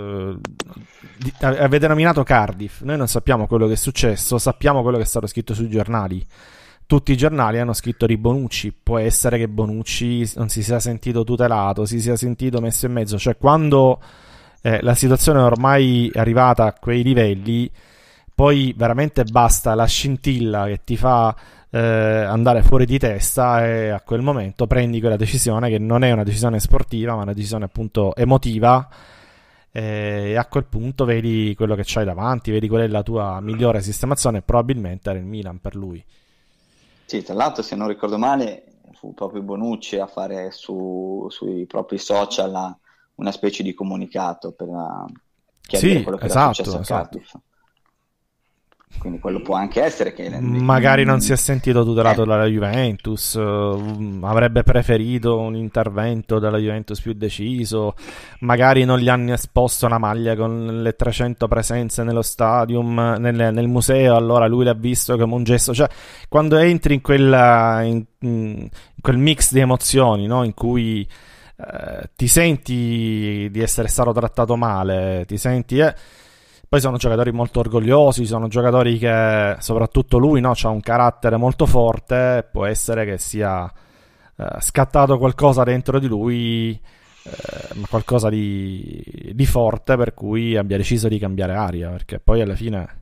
Avete nominato Cardiff, noi non sappiamo quello che è successo, sappiamo quello che è stato scritto sui giornali. Tutti i giornali hanno scritto di Bonucci, può essere che Bonucci non si sia sentito tutelato, si sia sentito messo in mezzo, cioè quando la situazione è ormai arrivata a quei livelli, poi veramente basta la scintilla che ti fa andare fuori di testa, e a quel momento prendi quella decisione, che non è una decisione sportiva ma una decisione appunto emotiva, e a quel punto vedi quello che c'hai davanti, vedi qual è la tua migliore sistemazione, probabilmente era il Milan per lui. Sì, tra l'altro, se non ricordo male, fu proprio Bonucci a fare sui propri social una specie di comunicato per chiarire quello che era successo a Cardiff. Quindi quello può anche essere che magari non si è sentito tutelato dalla Juventus, avrebbe preferito un intervento della Juventus più deciso, magari non gli hanno esposto una maglia con le 300 presenze nello stadium, nel museo, allora lui l'ha visto come un gesto, cioè quando entri in quel mix di emozioni, no? In cui ti senti di essere stato trattato male, ti senti Poi sono giocatori molto orgogliosi, sono giocatori che, soprattutto lui, no, ha un carattere molto forte, può essere che sia scattato qualcosa dentro di lui, qualcosa di forte, per cui abbia deciso di cambiare aria, perché poi alla fine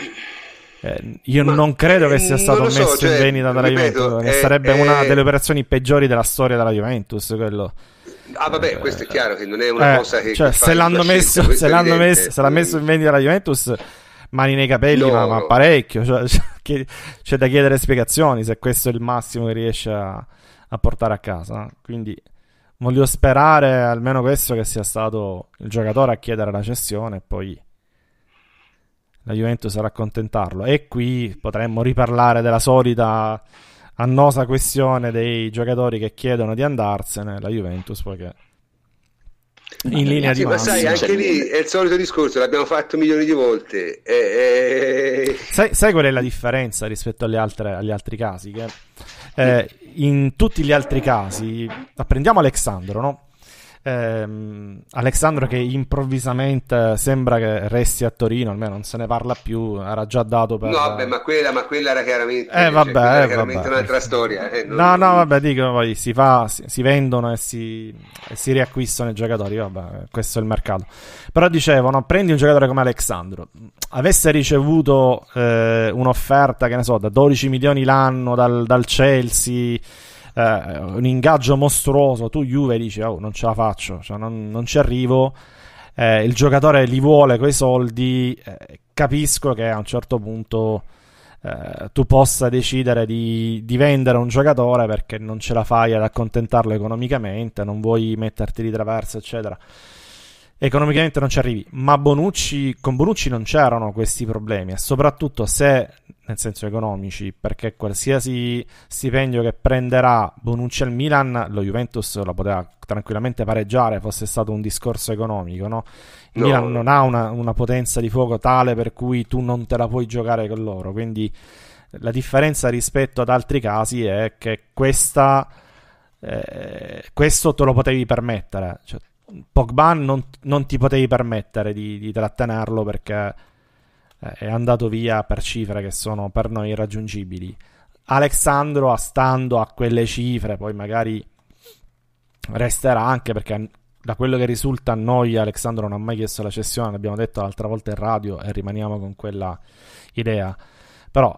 io non credo che sia stato messo in vendita dalla Juventus, sarebbe una delle operazioni peggiori della storia della Juventus, quello. Ah vabbè, questo è chiaro che non è una cosa che cioè, che se l'hanno messo se l'ha messo in vendita la Juventus, mani nei capelli, No, ma no. parecchio, c'è da chiedere spiegazioni se questo è il massimo che riesce a portare a casa. Quindi voglio sperare almeno questo, che sia stato il giocatore a chiedere la cessione e poi la Juventus a accontentarlo. E qui potremmo riparlare della solita annosa questione dei giocatori che chiedono di andarsene, la Juventus poiché in linea di Sì, ma sai, massima. anche lì è il solito discorso, l'abbiamo fatto milioni di volte. Sai qual è la differenza rispetto agli altri casi? Che in tutti gli altri casi, prendiamo Alexandro, no? Alexandro che improvvisamente sembra che resti a Torino, almeno non se ne parla più, era già dato per... No, vabbè, ma quella era chiaramente, vabbè, era chiaramente un'altra storia. No, vabbè, dico, poi si vendono e si riacquistano i giocatori, vabbè, questo è il mercato. Però dicevo, no, prendi un giocatore come Alexandro, avesse ricevuto un'offerta, che ne so, da 12 milioni l'anno dal Chelsea, un ingaggio mostruoso, tu Juve dici, oh, non ce la faccio, cioè non ci arrivo, il giocatore li vuole quei soldi, capisco che a un certo punto tu possa decidere di vendere un giocatore perché non ce la fai ad accontentarlo economicamente, non vuoi metterti di traverso, eccetera. Economicamente non ci arrivi, ma con Bonucci non c'erano questi problemi, e soprattutto se, nel senso economici, perché qualsiasi stipendio che prenderà Bonucci al Milan, lo Juventus la poteva tranquillamente pareggiare, fosse stato un discorso economico, no? Il Milan non ha una potenza di fuoco tale per cui tu non te la puoi giocare con loro, quindi la differenza rispetto ad altri casi è che questo te lo potevi permettere, cioè Pogba non ti potevi permettere di trattenerlo perché è andato via per cifre che sono per noi irraggiungibili. Alexandro, stando a quelle cifre, poi magari resterà, anche perché da quello che risulta a noi Alexandro non ha mai chiesto la cessione, l'abbiamo detto l'altra volta in radio e rimaniamo con quella idea. Però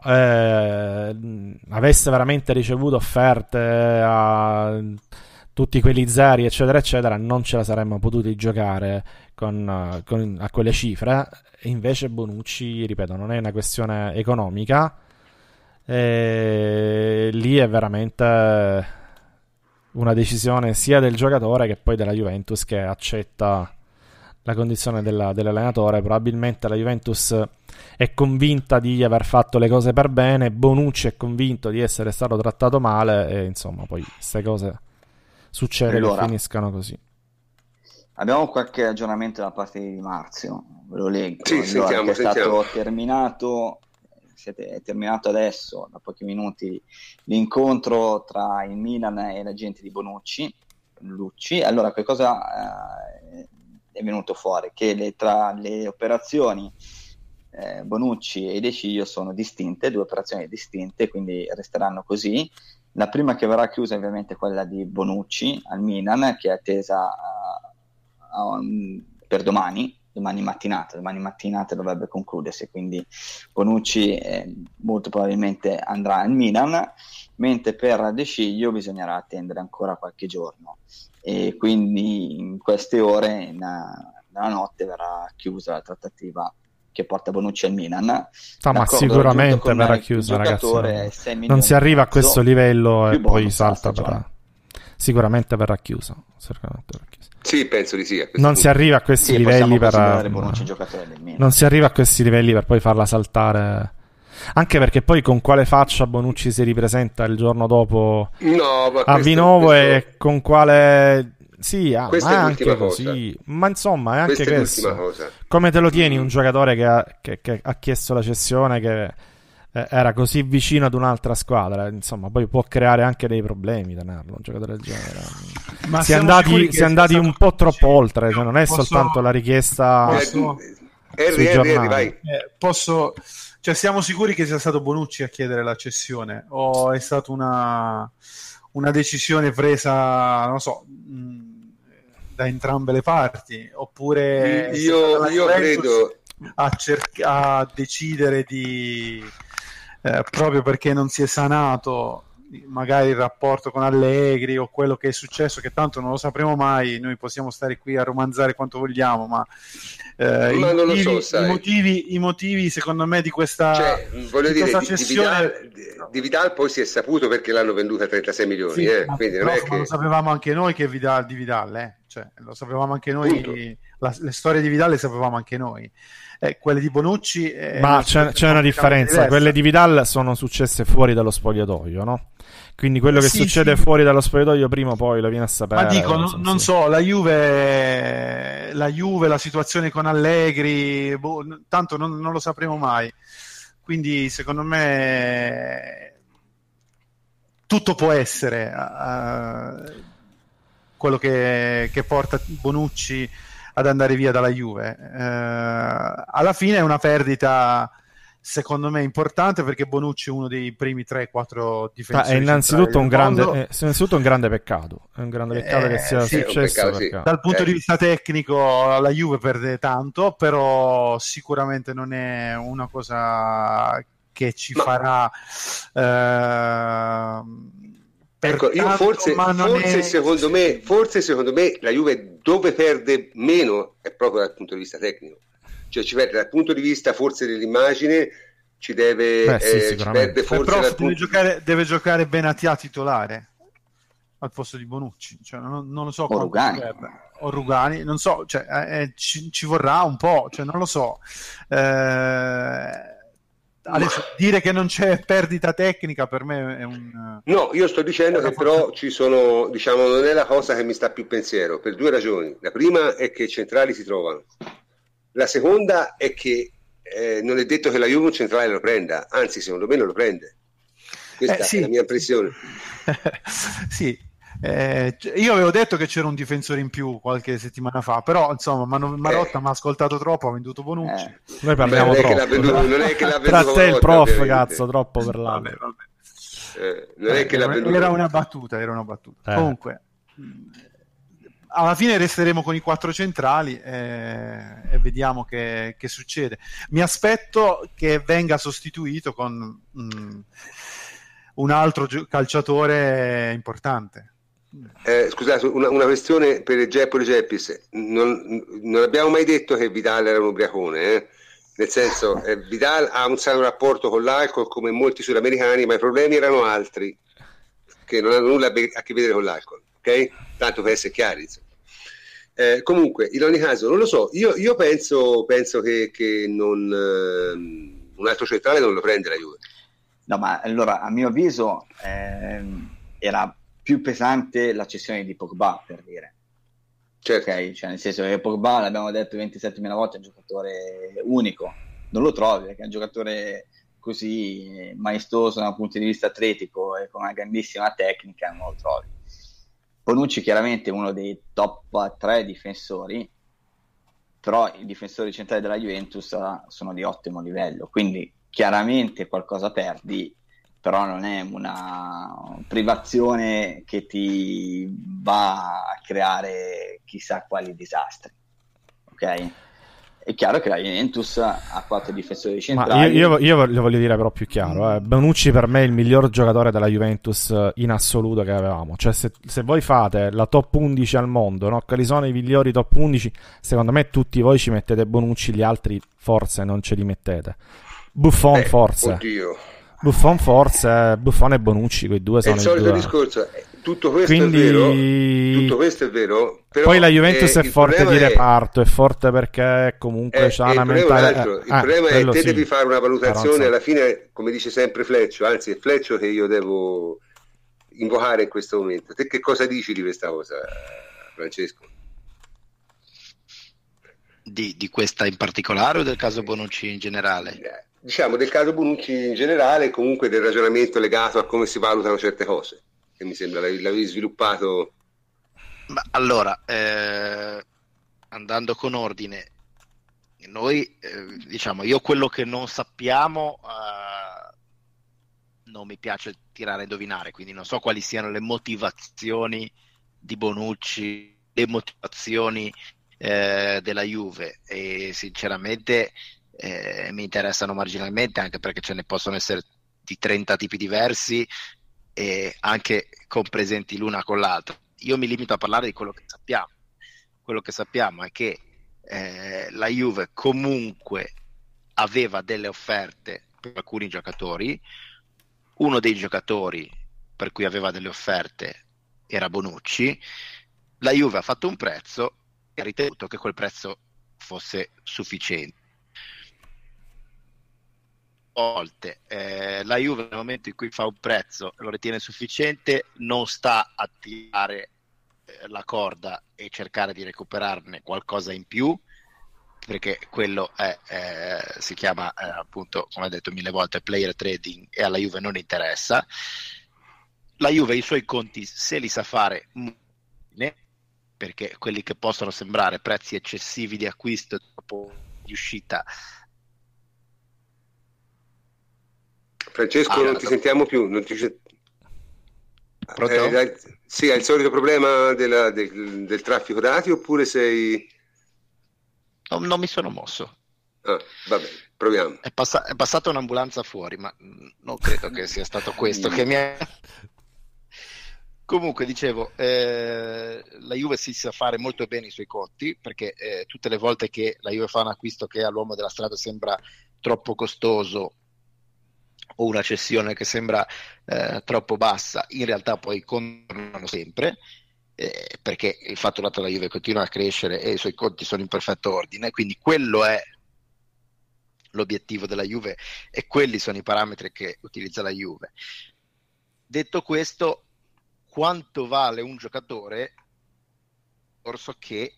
avesse veramente ricevuto offerte a tutti quelli zeri eccetera eccetera, non ce la saremmo potuti giocare a quelle cifre. E invece Bonucci, ripeto, non è una questione economica, lì è veramente una decisione sia del giocatore che poi della Juventus, che accetta la condizione dell'allenatore. Probabilmente la Juventus è convinta di aver fatto le cose per bene, Bonucci è convinto di essere stato trattato male e insomma poi queste cose succede che finiscano così. Abbiamo qualche aggiornamento da parte di Marzio, ve lo leggo. Sì, sentiamo. È stato terminato, è terminato adesso, da pochi minuti, l'incontro tra il Milan e l'agente di Bonucci, Lucci. Allora, che cosa è venuto fuori? Che tra le operazioni Bonucci e De Sciglio sono distinte, due operazioni distinte, quindi resteranno così. La prima che verrà chiusa ovviamente è quella di Bonucci al Milan, che è attesa per domani mattinata dovrebbe concludersi, quindi Bonucci molto probabilmente andrà al Milan, mentre per De Sciglio bisognerà attendere ancora qualche giorno, e quindi in queste ore, nella notte, verrà chiusa la trattativa che porta Bonucci al Milan. Ma sicuramente verrà chiusa, ragazzi, non si arriva a questo livello e poi salta sicuramente verrà chiusa. Sì, penso di sì. Non si arriva a questi livelli non si arriva a questi livelli per poi farla saltare, anche perché poi con quale faccia Bonucci si ripresenta il giorno dopo a Vinovo e con quale... Sì, ma è anche così. Ma insomma, è anche questo. Come te lo tieni un giocatore che ha chiesto la cessione, che era così vicino ad un'altra squadra? Insomma, poi può creare anche dei problemi tenerlo, un giocatore del genere. Ma si è andati un po' troppo oltre, cioè non è soltanto la richiesta. Henry, vai. Cioè, siamo sicuri che sia stato Bonucci a chiedere la cessione o è stata una decisione presa, non lo so, da entrambe le parti, oppure io credo a decidere di proprio perché non si è sanato magari il rapporto con Allegri o quello che è successo, che tanto non lo sapremo mai, noi possiamo stare qui a romanzare quanto vogliamo, ma non lo so, sai. I motivi secondo me di questa, voglio dire, questa cessione di Vidal poi si è saputo perché l'hanno venduta a 36 milioni, sì, quindi non è che... lo sapevamo anche noi che di Vidal, cioè, lo sapevamo anche noi, le storie di Vidal le sapevamo anche noi. Quelle di Bonucci ma c'è una differenza diversa. Quelle di Vidal sono successe fuori dallo spogliatoio, no? Quindi quello che succede fuori dallo spogliatoio prima o poi lo viene a sapere. Ma dico, non so, la Juve, la situazione con Allegri, tanto non lo sapremo mai, quindi secondo me tutto può essere quello che porta Bonucci ad andare via dalla Juve. Alla fine è una perdita secondo me importante, perché Bonucci è uno dei primi 3-4 difensori. È innanzitutto un grande peccato. È un grande peccato che sia successo. Peccato, dal punto di vista tecnico la Juve perde tanto, però sicuramente non è una cosa che ci farà ecco, io forse secondo me la Juve dove perde meno è proprio dal punto di vista tecnico, cioè ci perde dal punto di vista forse dell'immagine, ci perde forse deve giocare Benatia titolare al posto di Bonucci, cioè, non lo so, o Rugani, non so, cioè, ci vorrà un po', cioè, non lo so. Adesso dire che non c'è perdita tecnica per me è un... No, io sto dicendo che però ci sono, diciamo, non è la cosa che mi sta più pensiero, per due ragioni. La prima è che i centrali si trovano, la seconda è che non è detto che la Juve un centrale lo prenda, anzi secondo me non lo prende, questa è la mia impressione. Sì. Io avevo detto che c'era un difensore in più qualche settimana fa, però insomma Marotta mi ha ascoltato troppo, ha venduto Bonucci. Noi parliamo troppo. Non è che l'ha venduto tra te e il prof, ovviamente. cazzo, troppo per l'anno. Non è che l'ha venduto. Era una battuta. Comunque alla fine resteremo con i 4 centrali e vediamo che succede. Mi aspetto che venga sostituito con un altro calciatore importante. Scusate, una questione per Geppis. Non abbiamo mai detto che Vidal era un ubriacone, nel senso, Vidal ha un sano rapporto con l'alcol come molti sudamericani, ma i problemi erano altri che non hanno nulla a che vedere con l'alcol, ok? Tanto per essere chiari, comunque in ogni caso non lo so, io penso che non un altro centrale non lo prende la Juve. No, ma allora a mio avviso era più pesante la cessione di Pogba, per dire. Certo. Okay? Cioè, nel senso che Pogba, l'abbiamo detto 27.000 volte, è un giocatore unico, non lo trovi, perché è un giocatore così maestoso dal punto di vista atletico e con una grandissima tecnica, non lo trovi. Bonucci chiaramente è uno dei top 3 difensori, però i difensori centrali della Juventus sono di ottimo livello, quindi chiaramente qualcosa perdi, però non è una privazione che ti va a creare chissà quali disastri, ok? È chiaro che la Juventus ha 4 difensori centrali. Ma io lo voglio dire però più chiaro, Bonucci per me è il miglior giocatore della Juventus in assoluto che avevamo, cioè se voi fate la top 11 al mondo, no? Quali sono i migliori top 11, secondo me tutti voi ci mettete Bonucci, gli altri forse non ce li mettete. Buffon forse. Oddio. Buffon forse, Buffon e Bonucci, quei due sono il solito discorso. Tutto questo è vero, però poi la Juventus è forte di reparto, è forte perché comunque c'ha una mentalità. Il problema è che devi sì, fare una valutazione alla fine, come dice sempre Fleccio, anzi è Fleccio che io devo invocare in questo momento. Te che cosa dici di questa cosa, Francesco? Di questa in particolare o del caso Bonucci in generale? Diciamo del caso Bonucci in generale e comunque del ragionamento legato a come si valutano certe cose, che mi sembra l'avevi sviluppato. Ma allora, andando con ordine, noi, diciamo, io quello che non sappiamo non mi piace tirare a indovinare, quindi non so quali siano le motivazioni di Bonucci, le motivazioni della Juve, e sinceramente mi interessano marginalmente, anche perché ce ne possono essere di 30 tipi diversi e anche compresenti l'una con l'altra. Io mi limito a parlare di quello che sappiamo. Quello che sappiamo è che la Juve comunque aveva delle offerte per alcuni giocatori. Uno dei giocatori per cui aveva delle offerte era Bonucci. La Juve ha fatto un prezzo e ha ritenuto che quel prezzo fosse sufficiente. Volte la Juve, nel momento in cui fa un prezzo e lo ritiene sufficiente, non sta a tirare la corda e cercare di recuperarne qualcosa in più, perché quello si chiama appunto, come ho detto 1000 volte, player trading, e alla Juve non interessa. La Juve i suoi conti se li sa fare, perché quelli che possono sembrare prezzi eccessivi di acquisto dopo di uscita. Francesco, non ti sentiamo più. Pronto? Sì, hai il solito problema del traffico dati, oppure sei... Non mi sono mosso. Ah, va bene, proviamo. È passata un'ambulanza fuori, ma non credo che sia stato questo che mi ha... Comunque, dicevo, la Juve si sa fare molto bene i suoi conti, perché tutte le volte che la Juve fa un acquisto che all'uomo della strada sembra troppo costoso, o una cessione che sembra troppo bassa, in realtà poi tornano sempre, perché il fatturato della Juve continua a crescere e i suoi conti sono in perfetto ordine, quindi quello è l'obiettivo della Juve e quelli sono i parametri che utilizza la Juve. Detto questo, quanto vale un giocatore? Forse che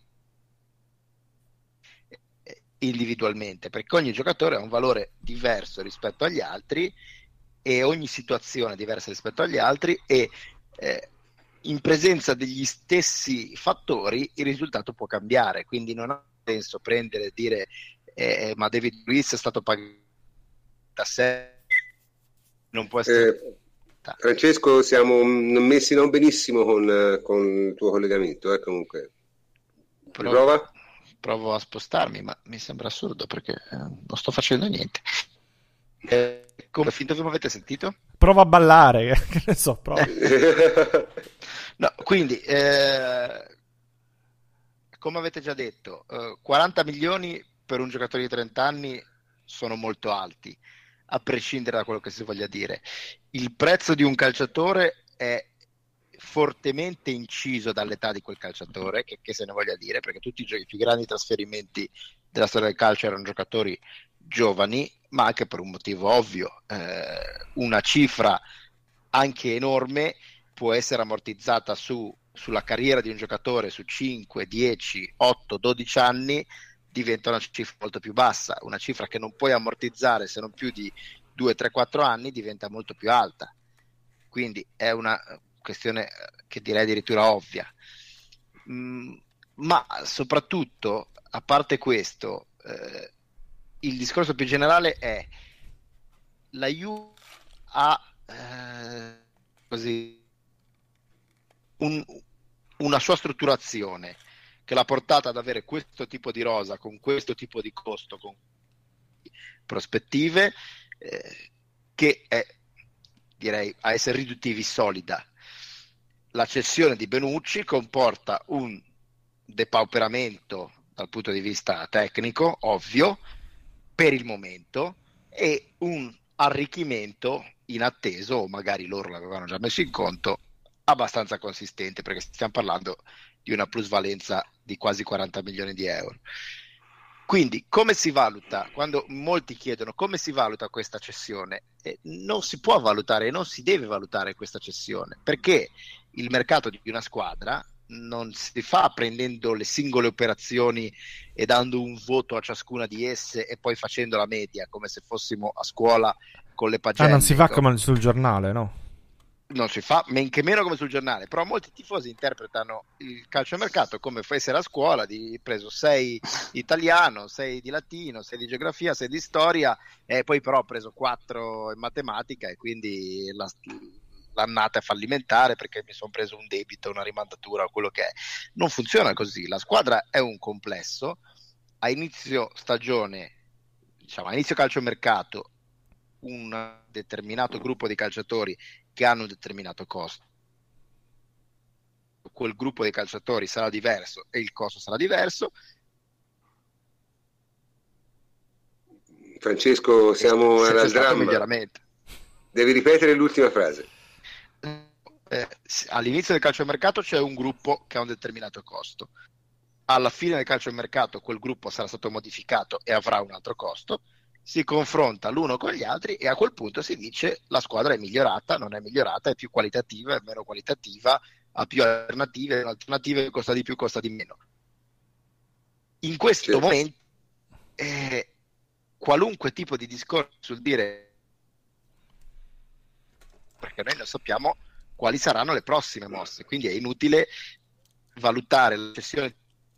individualmente, perché ogni giocatore ha un valore diverso rispetto agli altri e ogni situazione è diversa rispetto agli altri, e in presenza degli stessi fattori il risultato può cambiare, quindi non ha senso prendere e dire ma David Luiz è stato pagato da sé, non può essere... Francesco, siamo messi non benissimo con il tuo collegamento, comunque. Riprova? Provo a spostarmi, ma mi sembra assurdo perché non sto facendo niente. Fin dove mi avete sentito? Prova a ballare, che ne so, prova. No, quindi, come avete già detto, 40 milioni per un giocatore di 30 anni sono molto alti, a prescindere da quello che si voglia dire. Il prezzo di un calciatore è fortemente inciso dall'età di quel calciatore, che se ne voglia dire, perché tutti i più grandi trasferimenti della storia del calcio erano giocatori giovani, ma anche per un motivo ovvio. Una cifra anche enorme può essere ammortizzata sulla carriera di un giocatore su 5, 10, 8, 12 anni, diventa una cifra molto più bassa. Una cifra che non puoi ammortizzare se non più di 2, 3, 4 anni diventa molto più alta. Quindi è una questione che direi addirittura ovvia. Ma soprattutto, a parte questo, il discorso più generale è: la Juve ha così una sua strutturazione che l'ha portata ad avere questo tipo di rosa, con questo tipo di costo, con prospettive, che è, direi, a essere riduttivi, solida. La cessione di Bonucci comporta un depauperamento dal punto di vista tecnico, ovvio, per il momento, e un arricchimento inatteso, o magari loro l'avevano già messo in conto, abbastanza consistente, perché stiamo parlando di una plusvalenza di quasi 40 milioni di euro. Quindi come si valuta? Quando molti chiedono come si valuta questa cessione, non si può valutare e non si deve valutare questa cessione, perché il mercato di una squadra non si fa prendendo le singole operazioni e dando un voto a ciascuna di esse e poi facendo la media come se fossimo a scuola con le pagelle. Non si fa come sul giornale, no? non si fa men che meno come sul giornale, però molti tifosi interpretano il calciomercato come fosse a scuola, di preso 6 italiano, 6 di latino, 6 di geografia, 6 di storia, e poi però ho preso 4 in matematica e quindi l'annata è fallimentare perché mi sono preso un debito, una rimandatura o quello che è. Non funziona così, la squadra è un complesso. A inizio stagione, diciamo a inizio calciomercato, un determinato gruppo di calciatori che hanno un determinato costo, quel gruppo di calciatori sarà diverso e il costo sarà diverso. Francesco, siamo al dramma. Miglioramento. Devi ripetere l'ultima frase. All'inizio del calciomercato c'è un gruppo che ha un determinato costo, alla fine del calciomercato quel gruppo sarà stato modificato e avrà un altro costo, si confronta l'uno con gli altri e a quel punto si dice la squadra è migliorata, non è migliorata, è più qualitativa, è meno qualitativa, ha più alternative, costa di più, costa di meno. In questo momento qualunque tipo di discorso sul dire, perché noi non sappiamo quali saranno le prossime mosse, quindi è inutile valutare la cessione.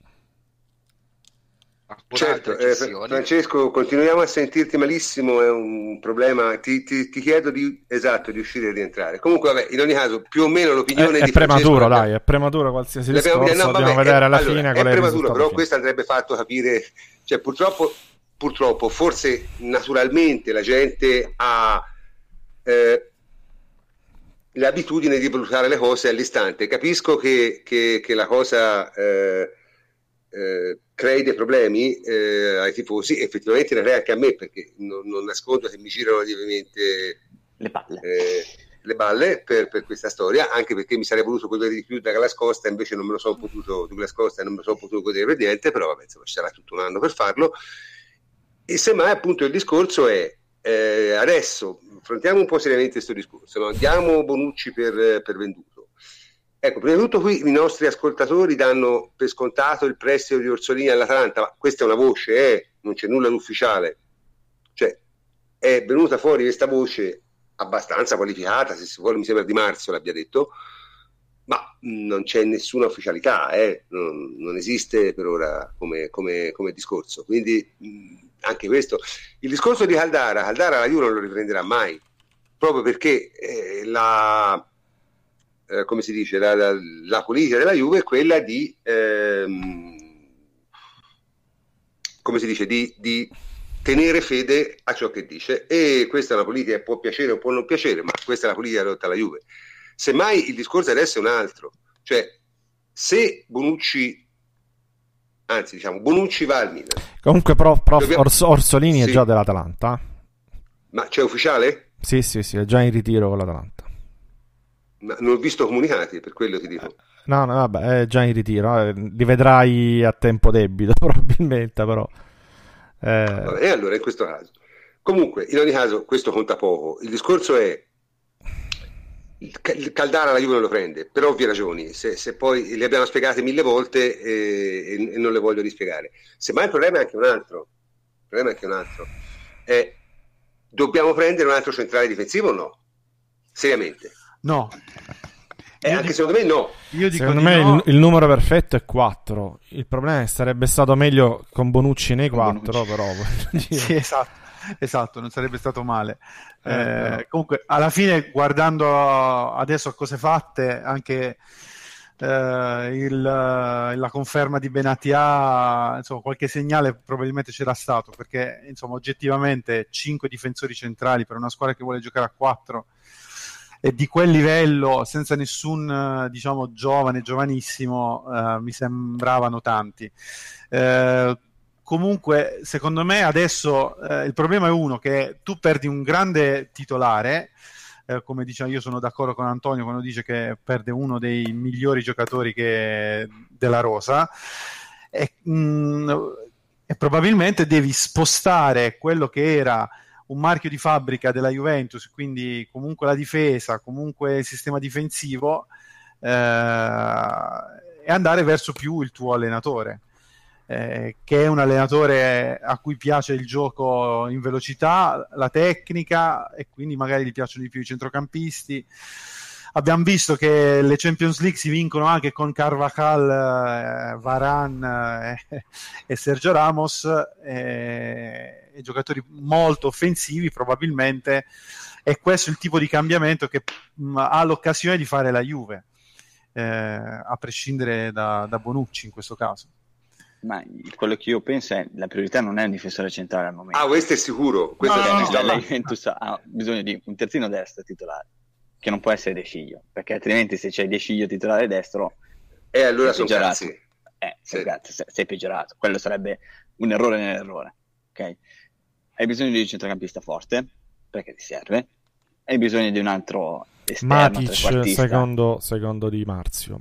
Certo, Francesco, continuiamo a sentirti malissimo, è un problema, ti chiedo di uscire e rientrare. Comunque vabbè, in ogni caso più o meno l'opinione è di prematuro, Francesco, è prematuro qualsiasi discorso, dobbiamo vedere alla fine qual è il prematuro, però fine. questo andrebbe fatto capire, cioè purtroppo forse naturalmente la gente ha l'abitudine di valutare le cose all'istante. Capisco che la cosa crei dei problemi ai tifosi, effettivamente ne crea anche a me, perché non nascondo che mi girano ovviamente le balle per questa storia, anche perché mi sarei voluto godere di più da Douglas Costa, invece non me lo sono potuto godere per niente, però vabbè, insomma, ci sarà tutto un anno per farlo. E semmai appunto il discorso è adesso affrontiamo un po' seriamente questo discorso, no? Diamo Bonucci per venduto. Ecco, prima di tutto qui i nostri ascoltatori danno per scontato il prestito di Orsolini all'Atalanta, ma questa è una voce, non c'è nulla di ufficiale, cioè è venuta fuori questa voce abbastanza qualificata, se si vuole, mi sembra Di Marzio l'abbia detto, ma non c'è nessuna ufficialità, non esiste per ora come discorso, quindi anche questo, il discorso di Caldara la Juve non lo riprenderà mai, proprio perché come si dice, la politica della Juve è quella di come si dice, di tenere fede a ciò che dice, e questa è una politica che può piacere o può non piacere, ma questa è la politica adotta alla Juve. Semmai il discorso adesso è un altro, cioè se Bonucci va al Milan. Comunque Orsolini è già dell'Atalanta. Ma c'è ufficiale? Sì, è già in ritiro con l'Atalanta. Ma non ho visto comunicati, per quello ti dico. No, vabbè, è già in ritiro, li vedrai a tempo debito probabilmente, però. E allora in questo caso. Comunque, in ogni caso, questo conta poco. Il discorso è il Caldara la Juve non lo prende, per ovvie ragioni, se poi le abbiamo spiegate 1000 volte e non le voglio rispiegare. Semmai il problema è anche un altro. Dobbiamo prendere un altro centrale difensivo o no? Seriamente? No. Secondo me no. Secondo me no. Il numero perfetto è 4. Il problema è che sarebbe stato meglio con Bonucci nei 4, però. Sì, esatto, non sarebbe stato male. Comunque, alla fine, guardando adesso a cose fatte, anche la conferma di Benatia, insomma, qualche segnale probabilmente c'era stato, perché insomma oggettivamente 5 difensori centrali per una squadra che vuole giocare a 4 e di quel livello, senza nessun diciamo giovanissimo, mi sembravano tanti. Comunque, secondo me adesso il problema è uno, che tu perdi un grande titolare, come diciamo, io sono d'accordo con Antonio quando dice che perde uno dei migliori giocatori della rosa, e probabilmente devi spostare quello che era un marchio di fabbrica della Juventus, quindi comunque la difesa, comunque il sistema difensivo, e andare verso più il tuo allenatore, che è un allenatore a cui piace il gioco in velocità, la tecnica, e quindi magari gli piacciono di più i centrocampisti. abbiamo visto che le Champions League si vincono anche con Carvajal, Varane e Sergio Ramos, e giocatori molto offensivi probabilmente, e questo è il tipo di cambiamento che ha l'occasione di fare la Juve, a prescindere da Bonucci in questo caso. Ma quello che io penso è la priorità non è un difensore centrale al momento. Questo è sicuro. La Juventus ha bisogno di un terzino destro titolare, che non può essere De Sciglio, perché altrimenti se c'è De Sciglio titolare destro allora sono cazzi. Sei peggiorato. Quello sarebbe un errore nell'errore, ok? Hai bisogno di un centrocampista forte, perché ti serve. Hai bisogno di un altro esterno, Matic, secondo Di Marzio.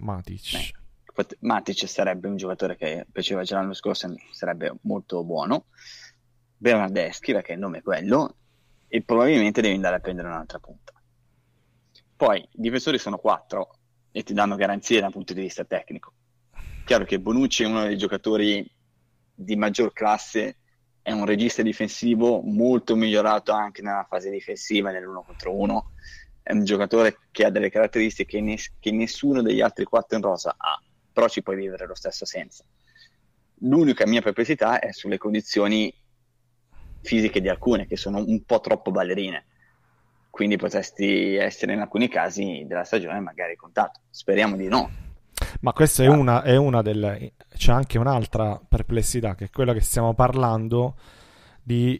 Matic sarebbe un giocatore che piaceva già l'anno scorso, sarebbe molto buono. Bernardeschi, perché il nome è quello, e probabilmente devi andare a prendere un'altra punta. Poi i difensori sono 4 e ti danno garanzie dal punto di vista tecnico. Chiaro che Bonucci è uno dei giocatori di maggior classe, è un regista difensivo molto migliorato anche nella fase difensiva, nell'1 contro 1. È un giocatore che ha delle caratteristiche che nessuno degli altri 4 in rosa ha, però ci puoi vivere lo stesso senza. L'unica mia perplessità è sulle condizioni fisiche di alcune, che sono un po' troppo ballerine, quindi potresti essere in alcuni casi della stagione magari contato. Speriamo di no. Ma questa è una delle... C'è anche un'altra perplessità, che è quella che stiamo parlando di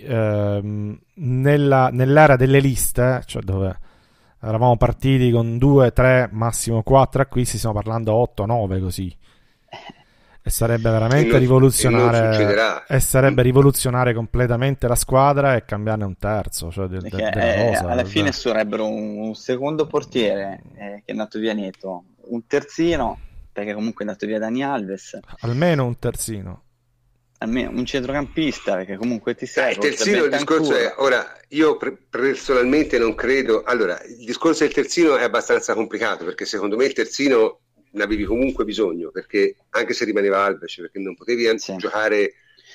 nell'era delle liste, cioè dove eravamo partiti con 2, 3, massimo 4 acquisti, stiamo parlando 8, 9 così. E sarebbe veramente rivoluzionare, e sarebbe rivoluzionare completamente la squadra e cambiarne un terzo, cioè della rosa. Alla fine sarebbero un secondo portiere che è andato via Neto, un terzino, perché comunque è andato via Dani Alves, almeno un terzino, almeno un centrocampista, perché comunque ti serve. Il terzino, il discorso è, ora io personalmente non credo, allora il discorso del terzino è abbastanza complicato, perché secondo me il terzino ne avevi comunque bisogno, perché anche se rimaneva Alves, perché non potevi giocare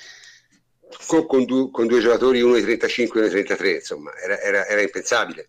con due giocatori, uno di 35 e uno di 33, insomma era impensabile.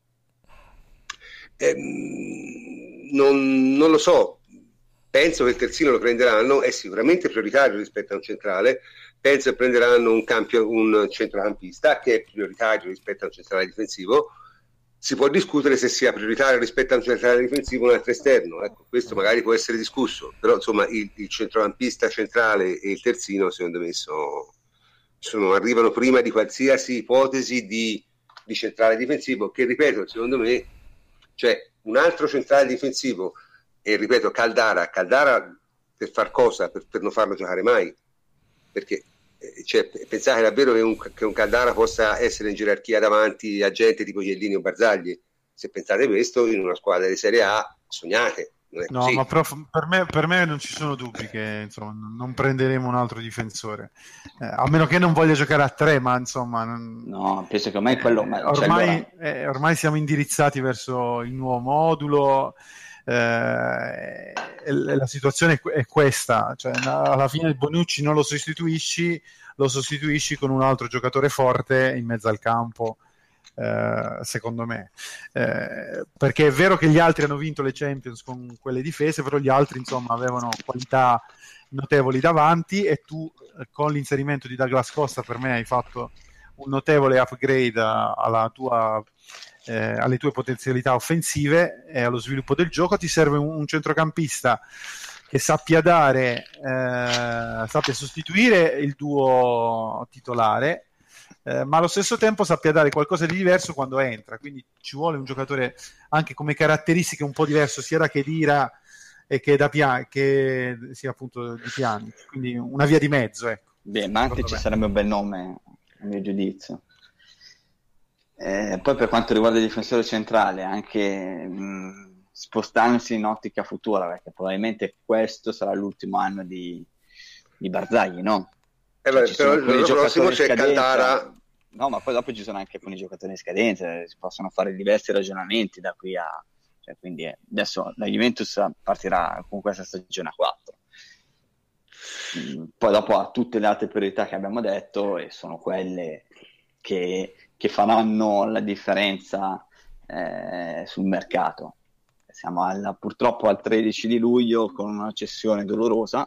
Non lo so, penso che il terzino lo prenderanno, è sicuramente prioritario rispetto a un centrale. Penso che prenderanno un centrocampista che è prioritario rispetto a un centrale difensivo. Si può discutere se sia prioritario rispetto a un centrale difensivo un altro esterno, ecco, questo magari può essere discusso, però insomma il centrocampista centrale e il terzino secondo me arrivano prima di qualsiasi ipotesi di centrale difensivo, che ripeto, secondo me, cioè un altro centrale difensivo, e ripeto, Caldara per far cosa? Per non farlo giocare mai, perché pensate davvero che un Caldara possa essere in gerarchia davanti a gente tipo Chiellini o Barzagli? Se pensate questo, in una squadra di Serie A sognate, non è così. No, ma per me non ci sono dubbi che insomma non prenderemo un altro difensore, a meno che non voglia giocare a 3, ma insomma no, penso che ormai quello ormai siamo indirizzati verso il nuovo modulo. La situazione è questa, cioè alla fine il Bonucci non lo sostituisci con un altro giocatore forte in mezzo al campo, secondo me, perché è vero che gli altri hanno vinto le Champions con quelle difese, però gli altri insomma avevano qualità notevoli davanti, e tu con l'inserimento di Douglas Costa per me hai fatto un notevole upgrade alle tue potenzialità offensive e allo sviluppo del gioco. Ti serve un centrocampista che sappia sostituire il duo titolare, ma allo stesso tempo sappia dare qualcosa di diverso quando entra, quindi ci vuole un giocatore anche come caratteristiche un po' diverso sia da Khedira e che sia appunto di Pjanic, quindi una via di mezzo, ecco. Ma anche ci sarebbe un bel nome a mio giudizio. Poi per quanto riguarda il difensore centrale, anche spostandosi in ottica futura, perché probabilmente questo sarà l'ultimo anno di Barzagli, no? Però il prossimo c'è Caldara. No, ma poi dopo ci sono anche alcuni giocatori in scadenza, si possono fare diversi ragionamenti da qui a... Cioè, quindi adesso la Juventus partirà con questa stagione a 4. Poi dopo ha tutte le altre priorità che abbiamo detto, e sono quelle che faranno la differenza sul mercato. siamo purtroppo al 13 di luglio con una cessione dolorosa,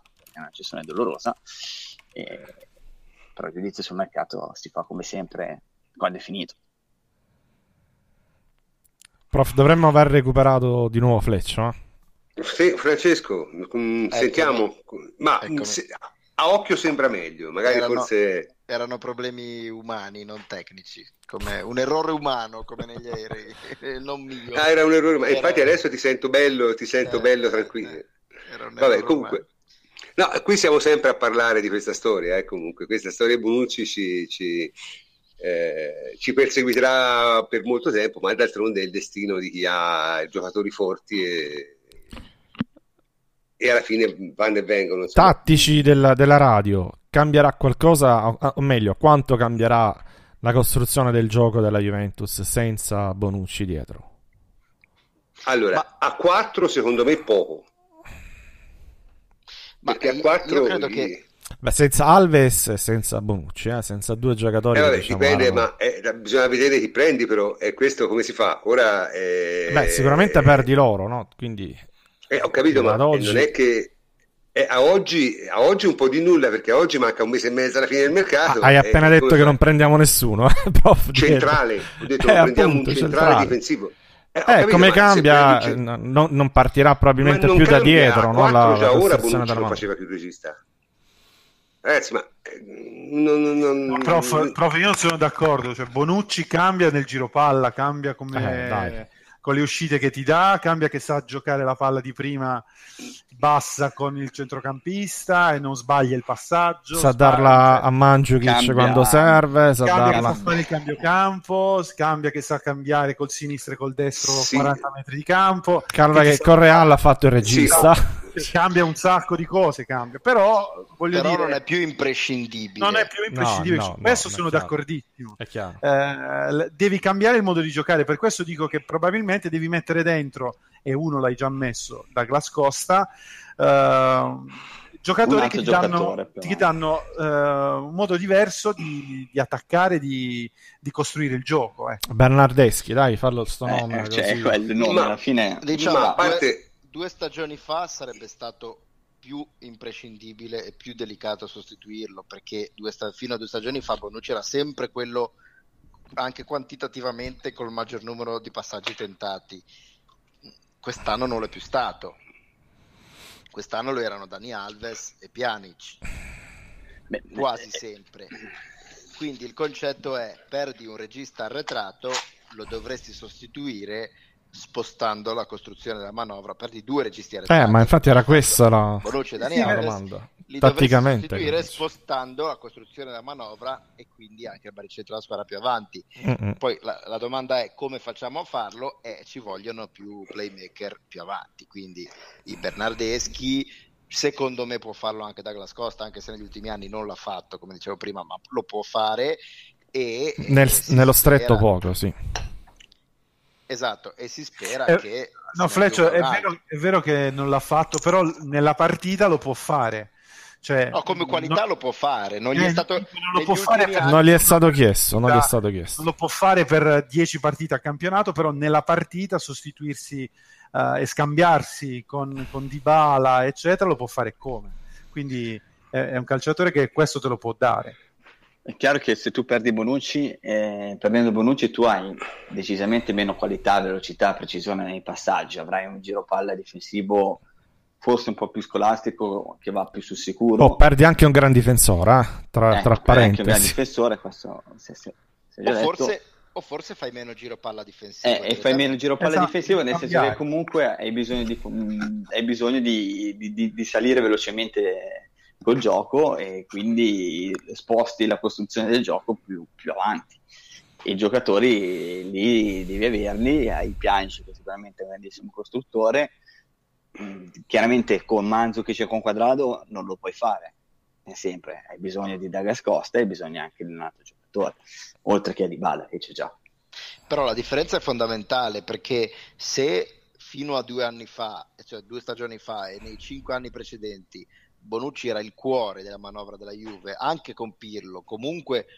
però il giudizio sul mercato si fa come sempre quando è finito. Prof, dovremmo aver recuperato di nuovo Fleccio, Sì, Francesco, sentiamo, ma a occhio sembra meglio, magari forse... Erano problemi umani, non tecnici, come un errore umano, come negli aerei, non mio. Era un errore, ma infatti adesso ti sento bello, tranquillo. Vabbè, comunque, no, qui siamo sempre a parlare di questa storia, comunque, questa storia Bonucci ci perseguiterà per molto tempo, ma d'altronde è il destino di chi ha giocatori forti e alla fine vanno e vengono. Insomma. Tattici della radio, cambierà qualcosa, o meglio, quanto cambierà la costruzione del gioco della Juventus senza Bonucci dietro? Allora, a 4 secondo me poco. Perché a 4 io credo che... Beh, senza Alves e senza Bonucci, senza due giocatori. Vabbè, diciamo, dipende, ma bisogna vedere chi prendi, però è questo come si fa. Ora sicuramente perdi loro, no? Quindi ho capito, ma oggi... non è che a oggi un po' di nulla, perché a oggi manca un mese e mezzo alla fine del mercato. Hai appena detto che non prendiamo nessuno, prof, centrale, ho detto non prendiamo un centrale difensivo. Capito, come cambia? Non partirà probabilmente più da dietro, no? Già ora Bonucci non faceva più regista. Ragazzi, ma prof, io non sono d'accordo. Cioè, Bonucci cambia nel giro palla, cambia come con le uscite che ti dà, cambia che sa giocare la palla di prima bassa con il centrocampista e non sbaglia il passaggio, sa darla a Mandzukic quando serve, cambia che sa fare il cambio campo, cambia che sa cambiare col sinistro e col destro 40 metri di campo, cambia che con Real ha fatto il regista, cambia un sacco di cose, però voglio dire, non è più imprescindibile, su questo sono d'accordissimo, è chiaro. Devi cambiare il modo di giocare, per questo dico che probabilmente devi mettere dentro, e uno l'hai già messo, Douglas Costa, giocatori che ti danno un modo diverso di attaccare, di costruire il gioco. Bernardeschi, dai, fallo sto nome. Quello nome alla fine. Diciamo, a parte... due stagioni fa sarebbe stato più imprescindibile e più delicato sostituirlo, perché fino a 2 stagioni fa Bonucci era sempre quello, anche quantitativamente, col maggior numero di passaggi tentati. Quest'anno non lo è più stato. Quest'anno lo erano Dani Alves e Pjanic, quasi sempre. Quindi il concetto è: perdi un regista arretrato, lo dovresti sostituire spostando la costruzione della manovra. Perdi 2 registi arretrati. Ma infatti era questa la Bonucci e Dani Alves, domanda. Li Tatticamente sostituire spostando la costruzione della manovra e quindi anche il baricentro della squadra più avanti. Poi la domanda è: come facciamo a farlo? Ci vogliono più playmaker più avanti, quindi i Bernardeschi, secondo me può farlo anche Douglas Costa, anche se negli ultimi anni non l'ha fatto, come dicevo prima, ma lo può fare, e nello stretto poco, sì. Esatto, e si spera che... No, Fleccio, è vero che non l'ha fatto, però nella partita lo può fare. Cioè, come qualità lo può fare, non gli è stato, non gli è stato chiesto, non lo può fare per 10 partite a campionato, però nella partita sostituirsi e scambiarsi con Dybala eccetera lo può fare come. Quindi è un calciatore che questo te lo può dare. È chiaro che se tu perdi Bonucci, perdendo Bonucci tu hai decisamente meno qualità, velocità, precisione nei passaggi, avrai un giro palla difensivo forse un po' più scolastico, che va più sul sicuro. Perdi anche un gran difensore, tra parentesi. Anche un gran difensore, questo o forse fai meno giro palla difensivo. E fai meno giro palla difensivo, nel senso che comunque hai bisogno di salire velocemente col gioco, e quindi sposti la costruzione del gioco più avanti. I giocatori lì devi averli, hai Pjanic, che sicuramente è un grandissimo costruttore. Chiaramente con Mandzukic e con Quadrado non lo puoi fare sempre, hai bisogno di Douglas Costa e hai bisogno anche di un altro giocatore, oltre che a Dybala, che c'è già. Però la differenza è fondamentale, perché se fino a 2 anni fa, cioè 2 stagioni fa, e nei 5 anni precedenti Bonucci era il cuore della manovra della Juve, anche con Pirlo, comunque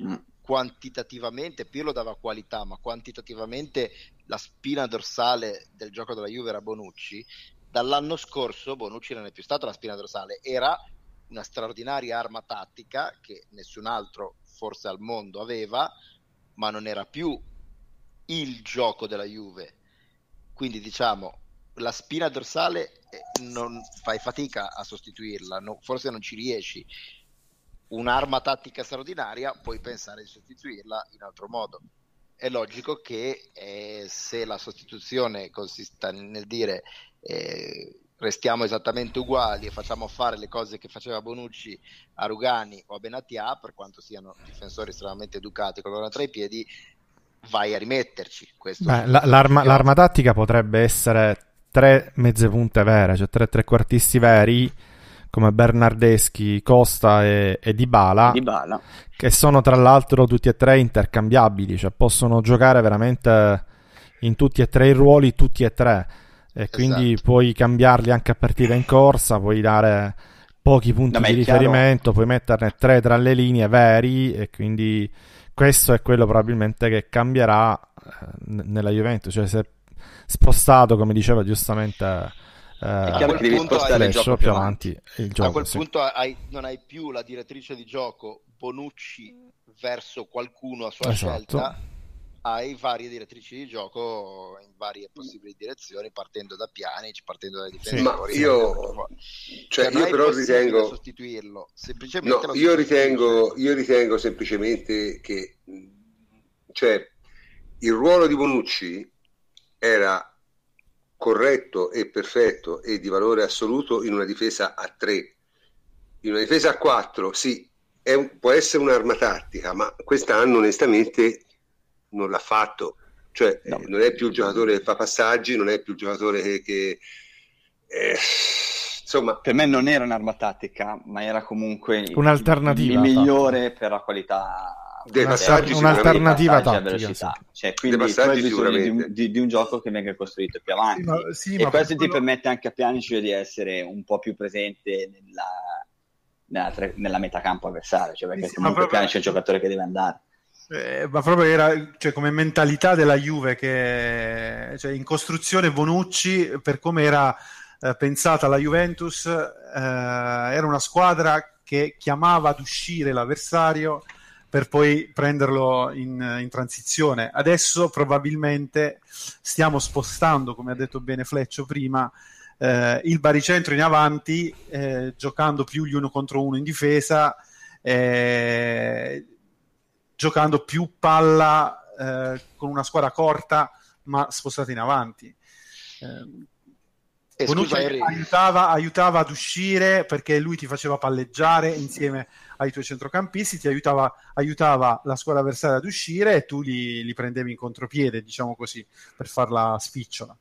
quantitativamente, Pirlo dava qualità, ma quantitativamente la spina dorsale del gioco della Juve era Bonucci. Dall'anno scorso Bonucci non è più stato la spina dorsale, era una straordinaria arma tattica che nessun altro forse al mondo aveva, ma non era più il gioco della Juve. Quindi diciamo la spina dorsale non fai fatica a sostituirla, forse non ci riesci. Un'arma tattica straordinaria puoi pensare di sostituirla in altro modo. È logico che se la sostituzione consiste nel dire restiamo esattamente uguali e facciamo fare le cose che faceva Bonucci a Rugani o a Benatia, per quanto siano difensori estremamente educati con l'ora tra i piedi, vai a rimetterci. L'arma tattica potrebbe essere 3 mezze punte vere, cioè 3 trequartisti veri come Bernardeschi, Costa e Dybala, che sono tra l'altro tutti e 3 intercambiabili, cioè possono giocare veramente in tutti e 3 i ruoli, tutti e 3, e quindi puoi cambiarli anche a partita in corsa, puoi dare pochi punti di riferimento, puoi metterne 3 tra le linee veri, e quindi questo è quello probabilmente che cambierà nella Juventus, cioè se spostato, come diceva giustamente è chiaro che devi spostare il gioco più avanti. A quel punto non hai più la direttrice di gioco Bonucci verso qualcuno a sua scelta, hai varie direttrici di gioco in varie possibili direzioni, partendo da Pjanic, partendo dai difensori. Ma io però ritengo sostituirlo, semplicemente io ritengo semplicemente che il ruolo di Bonucci era corretto e perfetto e di valore assoluto in una difesa a 3. In una difesa a 4 sì, può essere un'arma tattica, ma quest'anno onestamente non l'ha fatto, non è più il giocatore che fa passaggi, non è più il giocatore che insomma, per me non era un'arma tattica, ma era comunque un'alternativa, il migliore per la qualità dei passaggi, un'alternativa tattica, cioè, quindi tu hai bisogno di un gioco che venga costruito più avanti, e questo ti permette anche a Pjanic di essere un po' più presente nella metacampo avversario, cioè perché comunque Pjanic è un giocatore che deve andare. Ma proprio era, come mentalità della Juve, che in costruzione Bonucci, per come era pensata la Juventus, era una squadra che chiamava ad uscire l'avversario per poi prenderlo in transizione. Adesso probabilmente stiamo spostando, come ha detto bene Fleccio prima, il baricentro in avanti, giocando più gli 1 contro 1 in difesa, giocando più palla con una squadra corta ma spostata in avanti. Bonucci aiutava ad uscire, perché lui ti faceva palleggiare insieme ai tuoi centrocampisti, ti aiutava la squadra avversaria ad uscire, e tu li prendevi in contropiede, diciamo così, per farla spicciola.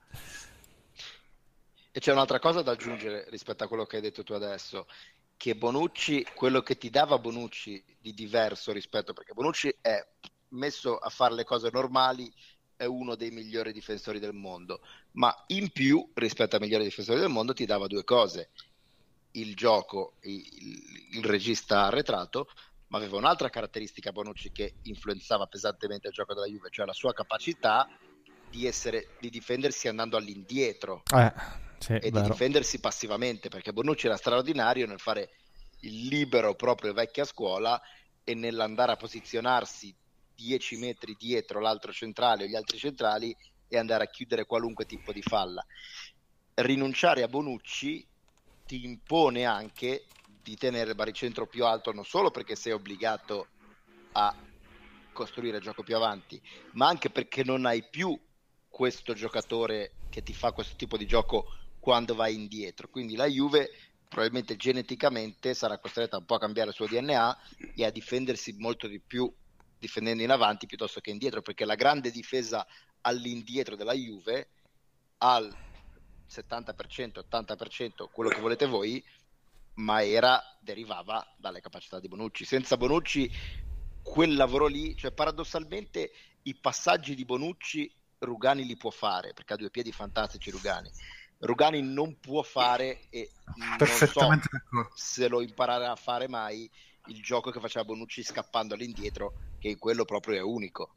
E c'è un'altra cosa da aggiungere rispetto a quello che hai detto tu adesso, che Bonucci, quello che ti dava Bonucci di diverso rispetto, perché Bonucci è messo a fare le cose normali, è uno dei migliori difensori del mondo, ma in più rispetto ai migliori difensori del mondo ti dava 2 cose: il gioco, il regista arretrato, ma aveva un'altra caratteristica Bonucci che influenzava pesantemente il gioco della Juve, cioè la sua capacità di difendersi andando all'indietro di difendersi passivamente, perché Bonucci era straordinario nel fare il libero proprio vecchia scuola e nell'andare a posizionarsi 10 metri dietro l'altro centrale o gli altri centrali e andare a chiudere qualunque tipo di falla. Rinunciare a Bonucci ti impone anche di tenere il baricentro più alto, non solo perché sei obbligato a costruire gioco più avanti, ma anche perché non hai più questo giocatore che ti fa questo tipo di gioco quando vai indietro. Quindi la Juve probabilmente geneticamente sarà costretta un po' a cambiare il suo DNA e a difendersi molto di più difendendo in avanti piuttosto che indietro, perché la grande difesa all'indietro della Juve al 70%, 80%, quello che volete voi, ma derivava dalle capacità di Bonucci. Senza Bonucci quel lavoro lì, cioè paradossalmente i passaggi di Bonucci Rugani li può fare, perché ha 2 piedi fantastici Rugani non può fare, e non so se lo imparerà a fare mai, il gioco che faceva Bonucci scappando all'indietro, che quello proprio è unico.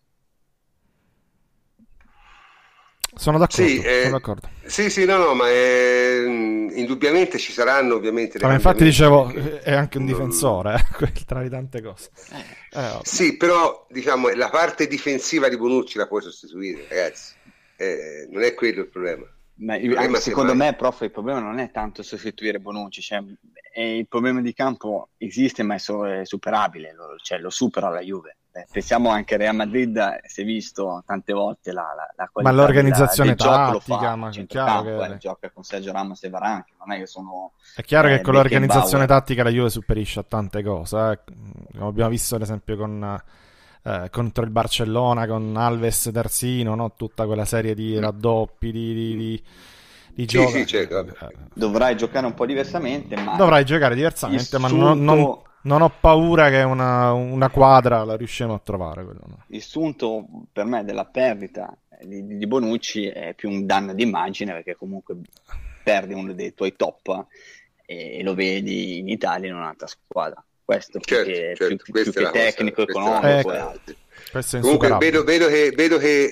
Sono d'accordo, Sì, sono d'accordo. sì, no, ma indubbiamente ci saranno ovviamente dei Ma infatti cambiamenti, dicevo, perché è anche un non- difensore, tra le tante cose. Vabbè. Sì, però diciamo la parte difensiva di Bonucci la puoi sostituire, ragazzi. Non è quello il problema. Ma Il problema secondo semmai- me, prof, il problema non è tanto sostituire Bonucci, cioè, il problema di campo esiste, ma è superabile, lo supera la Juve. Pensiamo anche al Real Madrid, si è visto tante volte la qualità Ma l'organizzazione del gioco lo tattica, fa ma a è centrocampo, chiaro che... gioca con Sergio Ramos e Varane, che non è che sono È chiaro che con l'organizzazione Beckenbauer. tattica la Juve superisce a tante cose. Come abbiamo visto ad esempio contro il Barcellona, con Alves terzino, no? Tutta quella serie di raddoppi, di Sì, giochi. sì, certo, vabbè. Dovrai giocare un po' diversamente, ma Dovrai giocare diversamente, ma non ho paura che una quadra la riusciamo a trovare. Quello, no? il sunto per me della perdita di Bonucci è più un danno d'immagine, perché comunque perdi uno dei tuoi top e lo vedi in Italia in un'altra squadra. Questo perché Certo, più questa è che la cosa, tecnico, questa è la economico cosa. e altro. Questo è Comunque insuperabile. vedo che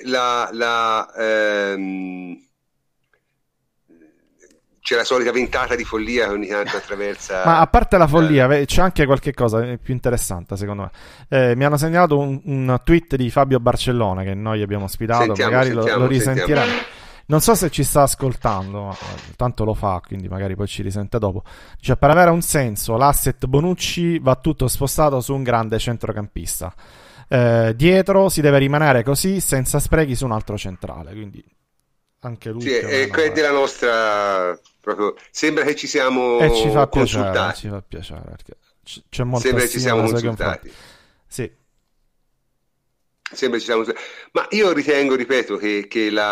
c'è la solita ventata di follia che ogni tanto attraversa. Ma a parte la follia, c'è anche qualche cosa più interessante, secondo me. Mi hanno segnalato un tweet di Fabio Barcellona che noi abbiamo ospitato, magari lo risentiremo. Non so se ci sta ascoltando, ma tanto lo fa, quindi magari poi ci risente dopo. Dice, per avere un senso, l'asset Bonucci va tutto spostato su un grande centrocampista. Dietro si deve rimanere così, senza sprechi su un altro centrale, quindi anche lui Sì, è della nostra proprio. Sembra che ci siamo ci fa consultati. ci fa piacere perché c'è molta Sembra che ci stima siamo nei suoi confronti. consultati. Sì. Sembra ci siamo. Ma io ritengo, ripeto, che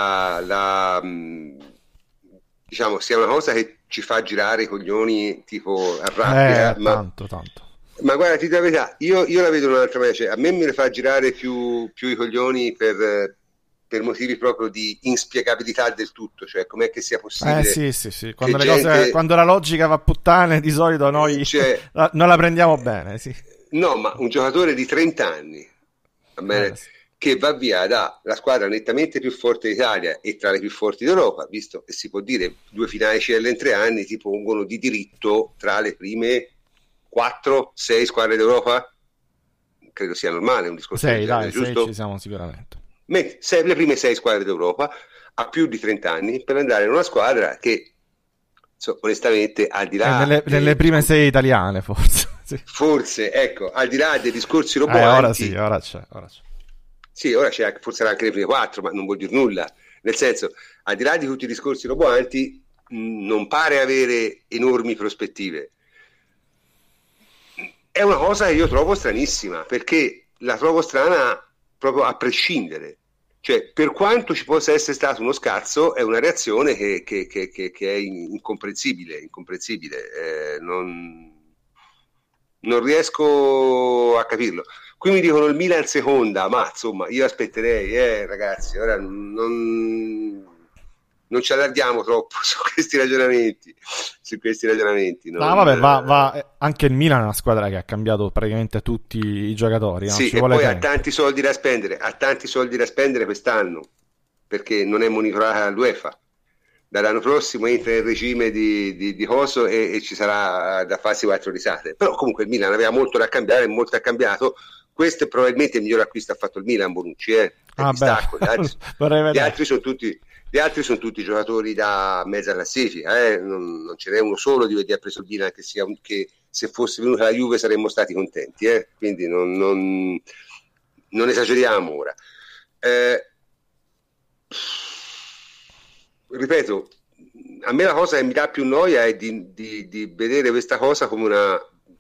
diciamo sia una cosa che ci fa girare i coglioni tipo a rabbia. Tanto. Ma guarda, ti dico la verità, io la vedo in un'altra maniera, cioè, a me le fa girare più i coglioni per motivi proprio di inspiegabilità del tutto, cioè com'è che sia possibile. Sì. Quando la logica va a puttane, di solito noi non la prendiamo bene, sì. No, ma un giocatore di 30 anni, va bene, Sì. che va via da la squadra nettamente più forte d'Italia e tra le più forti d'Europa, visto che si può dire 2 finali CL in 3 anni ti pongono di diritto tra le prime 4-6 squadre d'Europa, credo sia normale un discorso 6, genere, giusto? 6 ci siamo sicuramente. Le prime 6 squadre d'Europa a più di 30 anni per andare in una squadra che onestamente al di là nelle prime 6 italiane forse. Sì. Forse, ecco, al di là dei discorsi roboanti, ora c'è. Sì, ora c'è forse anche le prime 4, ma non vuol dire nulla. Nel senso, al di là di tutti i discorsi roboanti, non pare avere enormi prospettive. È una cosa che io trovo stranissima, perché la trovo strana proprio a prescindere. Cioè, per quanto ci possa essere stato uno scazzo, è una reazione che è incomprensibile. Non riesco a capirlo. Qui mi dicono il Milan seconda, ma insomma io aspetterei, ragazzi, ora non ci allarghiamo troppo su questi ragionamenti. No, vabbè, anche il Milan è una squadra che ha cambiato praticamente tutti i giocatori. Sì, e poi ha tanti soldi da spendere quest'anno, perché non è monitorata dall'UEFA. Dall'anno prossimo entra nel regime di coso e ci sarà da farsi 4 risate. Però comunque il Milan aveva molto da cambiare, molto ha cambiato. Questo è probabilmente il miglior acquisto ha fatto il Milan, Bonucci, Gli altri sono tutti giocatori da mezza classifica, non ce n'è uno solo di ha preso il Milan che se fosse venuta la Juve saremmo stati contenti, quindi non esageriamo ora. Ripeto, a me la cosa che mi dà più noia è di vedere questa cosa come una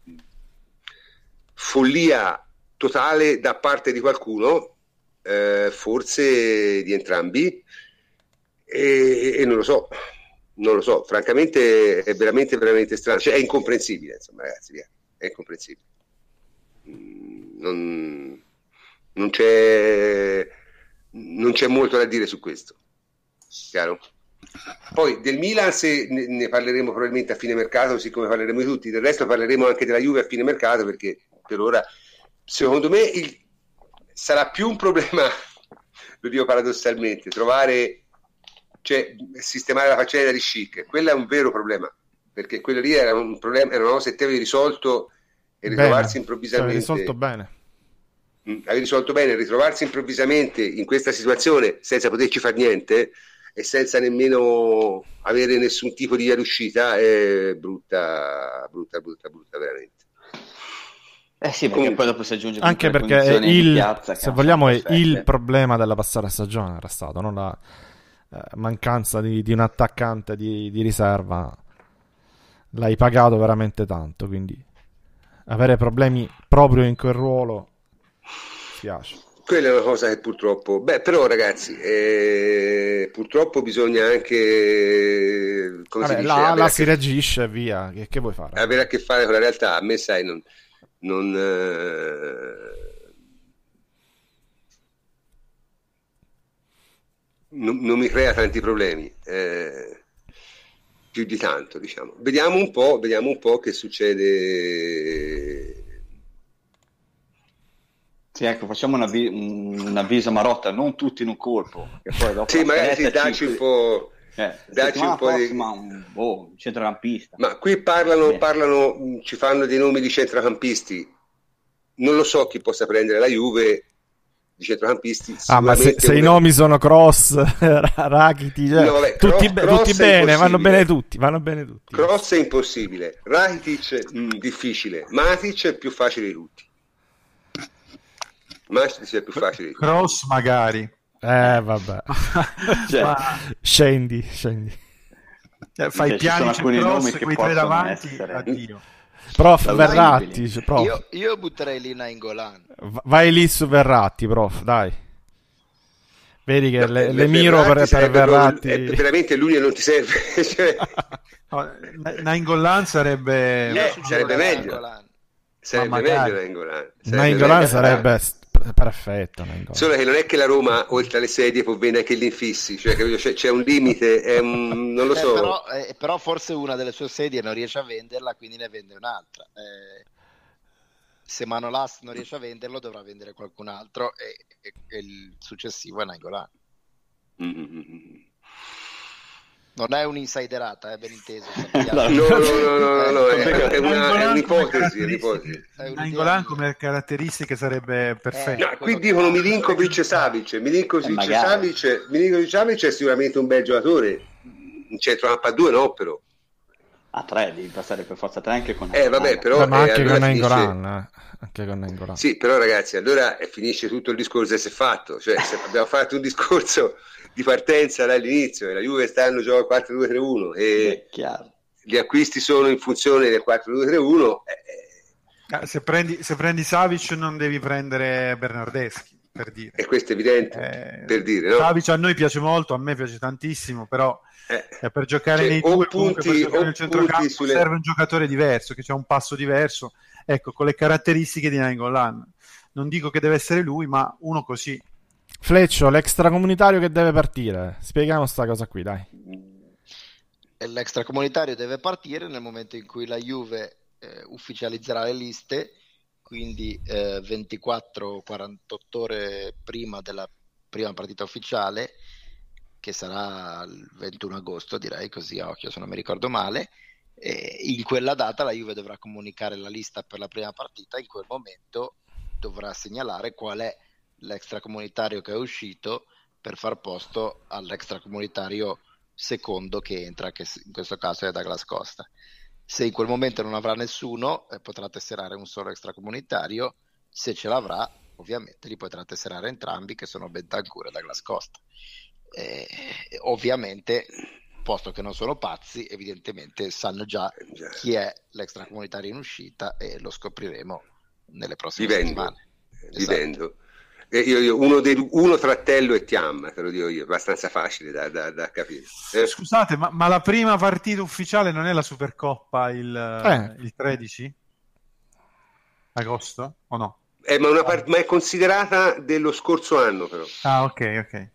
follia totale da parte di qualcuno, forse di entrambi, e non lo so, francamente è veramente veramente strano, cioè è incomprensibile, insomma, ragazzi, via, è incomprensibile. Non c'è molto da dire su questo, chiaro? Poi del Milan se ne parleremo probabilmente a fine mercato, siccome parleremo di tutti, del resto parleremo anche della Juve a fine mercato, perché per ora secondo me sarà più un problema, lo dico paradossalmente, trovare, cioè sistemare la faccenda di Schick. Quello è un vero problema, perché quello lì era un problema, era una cosa che te avevi risolto e ritrovarsi improvvisamente. Risolto bene. Avevi risolto bene, ritrovarsi improvvisamente in questa situazione senza poterci fare niente e senza nemmeno avere nessun tipo di via d'uscita è brutta veramente. Sì, perché poi dopo si aggiunge anche perché se vogliamo è il problema della passata stagione era stato, non la mancanza di un attaccante di riserva. L'hai pagato veramente tanto, quindi avere problemi proprio in quel ruolo spiace. Quella è una cosa che purtroppo, però ragazzi, purtroppo bisogna anche, come si dice, si reagisce, via, che vuoi fare? Avere a che fare con la realtà. A me, sai, non mi crea tanti problemi, più di tanto, diciamo. Vediamo un po' che succede. Sì, ecco, facciamo un avviso a Marotta, non tutti in un colpo. Che poi dopo sì, magari dacci un po'. Dacci un po' un centrocampista. Ma qui parlano, ci fanno dei nomi di centrocampisti. Non lo so chi possa prendere la Juve di centrocampisti. Ma se i nomi sono Kroos, Rakitic, no, vabbè, tutti bene, vanno bene tutti. Kroos è impossibile, Rakitic difficile, Matic è più facile di tutti. Matic è più facile di tutti. Kroos magari. Vabbè. Scendi. Fai piani, c'è Kroos, quei tre davanti, addio. Prof, Verratti, prof. Io butterei lì Nainggolan. Vai lì su Verratti, prof, dai. Vedi che le miro per Verratti. Veramente lui non ti serve. Cioè... Nainggolan sarebbe meglio. Sarebbe meglio Nainggolan. Nainggolan sarebbe perfetto. Solo che non è che la Roma oltre alle sedie può venire anche gli infissi, cioè c'è un limite, non lo so. Però forse una delle sue sedie non riesce a venderla, quindi ne vende un'altra. Se Manolas non riesce a venderlo, dovrà vendere qualcun altro e il successivo è Nainggolan. Non è un'insiderata, ben inteso. No, è un'ipotesi. Nainggolan come caratteristiche sarebbe perfetto. No, qui dicono Milinkovic-Savic. Milinkovic-Savic è sicuramente un bel giocatore. In centrocampo a 2 no, però. A 3, devi passare per forza 3 anche con vabbè, però ma anche allora con Nainggolan. Anche con Nainggolan. Sì, però ragazzi, allora finisce tutto il discorso e si è fatto. Cioè, se abbiamo fatto un discorso di partenza dall'inizio e la Juve stanno gioca 4-2-3-1 e gli acquisti sono in funzione del 4-2-3-1. Se prendi Savic non devi prendere Bernardeschi, per dire. E questo è evidente, per dire, no? Savic a noi piace molto, a me piace tantissimo, però per giocare nei due, comunque per giocare nel centrocampo serve un giocatore diverso, che c'ha un passo diverso, ecco, con le caratteristiche di Nainggolan. Non dico che deve essere lui, ma uno così. Fleccio, l'extracomunitario che deve partire. Spieghiamo sta cosa qui, dai. L'extracomunitario deve partire nel momento in cui la Juve ufficializzerà le liste, quindi 24-48 ore prima della prima partita ufficiale, che sarà il 21 agosto, direi così a occhio se non mi ricordo male. In quella data la Juve dovrà comunicare la lista per la prima partita. In quel momento dovrà segnalare qual è l'extracomunitario che è uscito per far posto all'extracomunitario secondo che entra, che in questo caso è Douglas Costa. Se in quel momento non avrà nessuno, potrà tesserare un solo extracomunitario. Se ce l'avrà, ovviamente li potrà tesserare entrambi, che sono Bentancur e Douglas Costa. Ovviamente, posto che non sono pazzi, evidentemente sanno già chi è l'extracomunitario in uscita e lo scopriremo nelle prossime settimane. Vivendo. Io uno trattello e Tiam, te lo dico io, abbastanza facile da capire. Scusate, ma la prima partita ufficiale non è la Supercoppa il 13 agosto o no? Ma è considerata dello scorso anno, però. Ah, ok.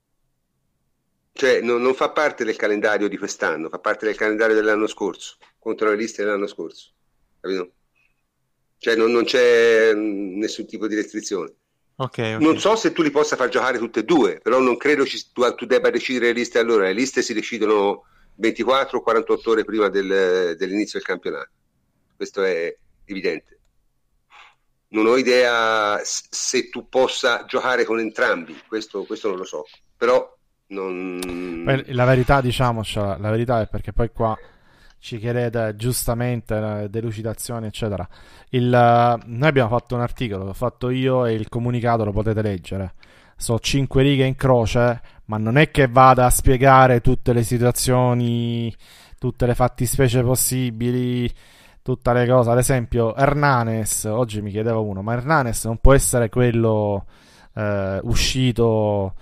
Cioè non fa parte del calendario di quest'anno, fa parte del calendario dell'anno scorso, contro le liste dell'anno scorso, capito? Cioè non c'è nessun tipo di restrizione. Ok. Non so se tu li possa far giocare tutte e due, però non credo tu debba decidere le liste. Allora, le liste si decidono 24 o 48 ore prima dell'inizio del campionato. Questo è evidente. Non ho idea se tu possa giocare con entrambi, questo non lo so, però la verità, diciamocela, la verità è perché poi qua ci chiedete giustamente delucidazioni eccetera. Noi abbiamo fatto un articolo, l'ho fatto io e il comunicato lo potete leggere, sono 5 righe in croce, ma non è che vada a spiegare tutte le situazioni, tutte le fattispecie possibili, tutte le cose. Ad esempio Hernanes, oggi mi chiedeva uno, ma Hernanes non può essere quello uscito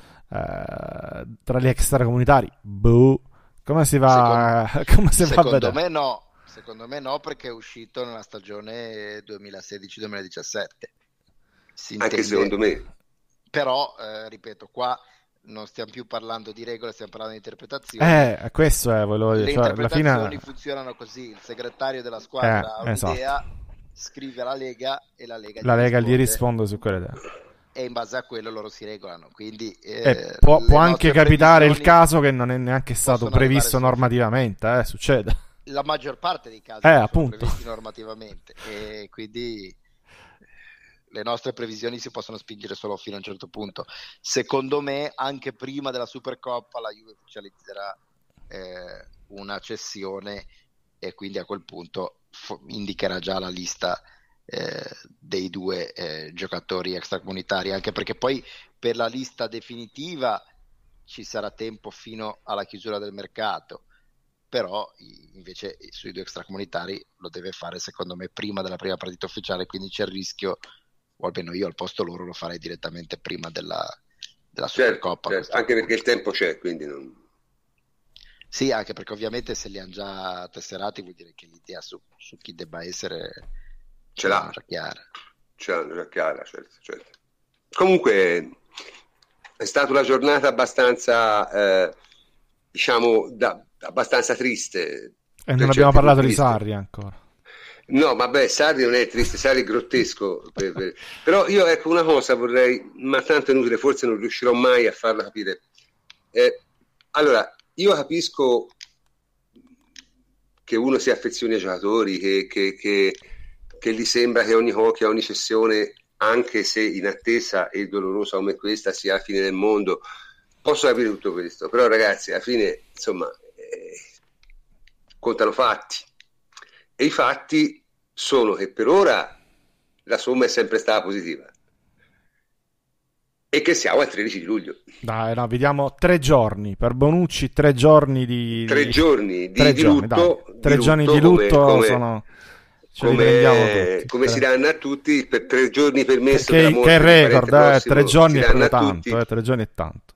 tra gli extracomunitari? Boh. Come si va a vedere? Secondo me no, perché è uscito nella stagione 2016-2017. Anche secondo me. Però, ripeto, qua non stiamo più parlando di regole, stiamo parlando di interpretazioni. Questo è, volevo dire. Le cioè, interpretazioni alla fine funzionano così: il segretario della squadra ha un'idea, scrive alla Lega e la Lega gli risponde su quell'idea. E in base a quello loro si regolano. Quindi può anche capitare il caso che non è neanche stato previsto normativamente, succede. La maggior parte dei casi sono appunto previsti normativamente, e quindi le nostre previsioni si possono spingere solo fino a un certo punto. Secondo me anche prima della Supercoppa la Juve ufficializzerà una cessione, e quindi a quel punto indicherà già la lista dei due giocatori extracomunitari, anche perché poi per la lista definitiva ci sarà tempo fino alla chiusura del mercato, però invece sui due extracomunitari lo deve fare secondo me prima della prima partita ufficiale, quindi c'è il rischio, o almeno io al posto loro lo farei direttamente prima della Supercoppa. Certo, anche perché il tempo c'è, quindi non... Sì, anche perché ovviamente se li hanno già tesserati vuol dire che l'idea su chi debba essere ce l'ha già chiara. Certo. Comunque è stata una giornata abbastanza abbastanza triste. E non abbiamo parlato di Sarri ancora. No, vabbè, Sarri non è triste, Sarri è grottesco. Però io ecco una cosa vorrei, ma tanto è inutile, forse non riuscirò mai a farla capire. Allora, io capisco che uno si affezioni ai giocatori, che gli sembra che ogni cessione, anche se inattesa e dolorosa come questa, sia la fine del mondo. Posso capire tutto questo, però ragazzi, alla fine, insomma, contano fatti. E i fatti sono che per ora la somma è sempre stata positiva e che siamo al 13 di luglio. Dai, no, vediamo 3 giorni per Bonucci, 3 giorni di 3 giorni di lutto. 3 giorni di lutto sono... come si danno a tutti per 3 giorni permesso che è record, 3 giorni è tanto, 3 giorni è tanto.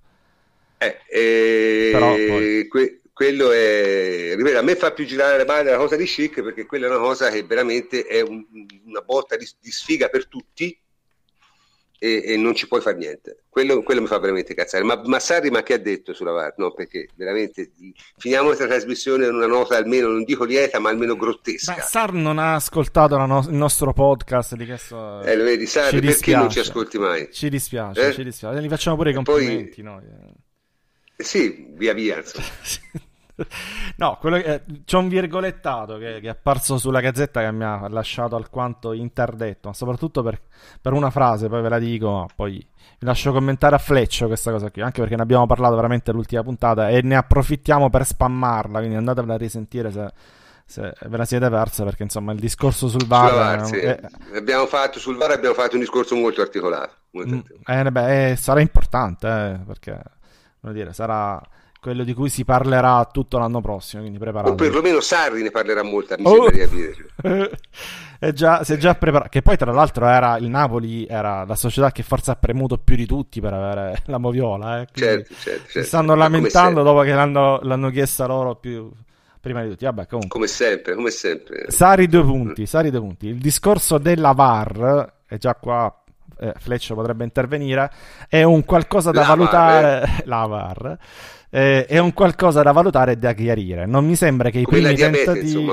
Però poi... quello è, ripeto, a me fa più girare le palle la cosa di Schick, perché quella è una cosa che veramente è una botta di sfiga per tutti e non ci puoi fare niente. Quello mi fa veramente cazzare. Ma Sarri, ma che ha detto sulla VAR? No, perché veramente finiamo questa trasmissione in una nota almeno, non dico lieta, ma almeno grottesca. Ma Sarri non ha ascoltato il nostro podcast di questo... lo vedi, Sarri, perché non ci ascolti mai? Ci dispiace. Gli facciamo pure i complimenti. Poi... noi. Sì, via insomma. No, c'è un virgolettato che è apparso sulla Gazzetta che mi ha lasciato alquanto interdetto, ma soprattutto per una frase, poi ve la dico, ma poi vi lascio commentare a fleccio questa cosa qui, anche perché ne abbiamo parlato veramente l'ultima puntata e ne approfittiamo per spammarla, quindi andatevela a risentire se ve la siete persa, perché insomma il discorso sul VAR abbiamo fatto un discorso molto articolato, sarà importante, perché vuol dire, sarà quello di cui si parlerà tutto l'anno prossimo, quindi preparatevi. O perlomeno Sarri ne parlerà molto, mi sembra di capire. Si è già preparato, che poi tra l'altro il Napoli era la società che forse ha premuto più di tutti per avere la Moviola, certo. Si stanno lamentando dopo che l'hanno chiesta loro più prima di tutti. Vabbè, comunque. Come sempre. Sarri 2 punti. Il discorso della VAR è già qua. Fleccio potrebbe intervenire, è un qualcosa da valutare. La VAR è un qualcosa da valutare e da chiarire. Non mi sembra che i primi tentativi,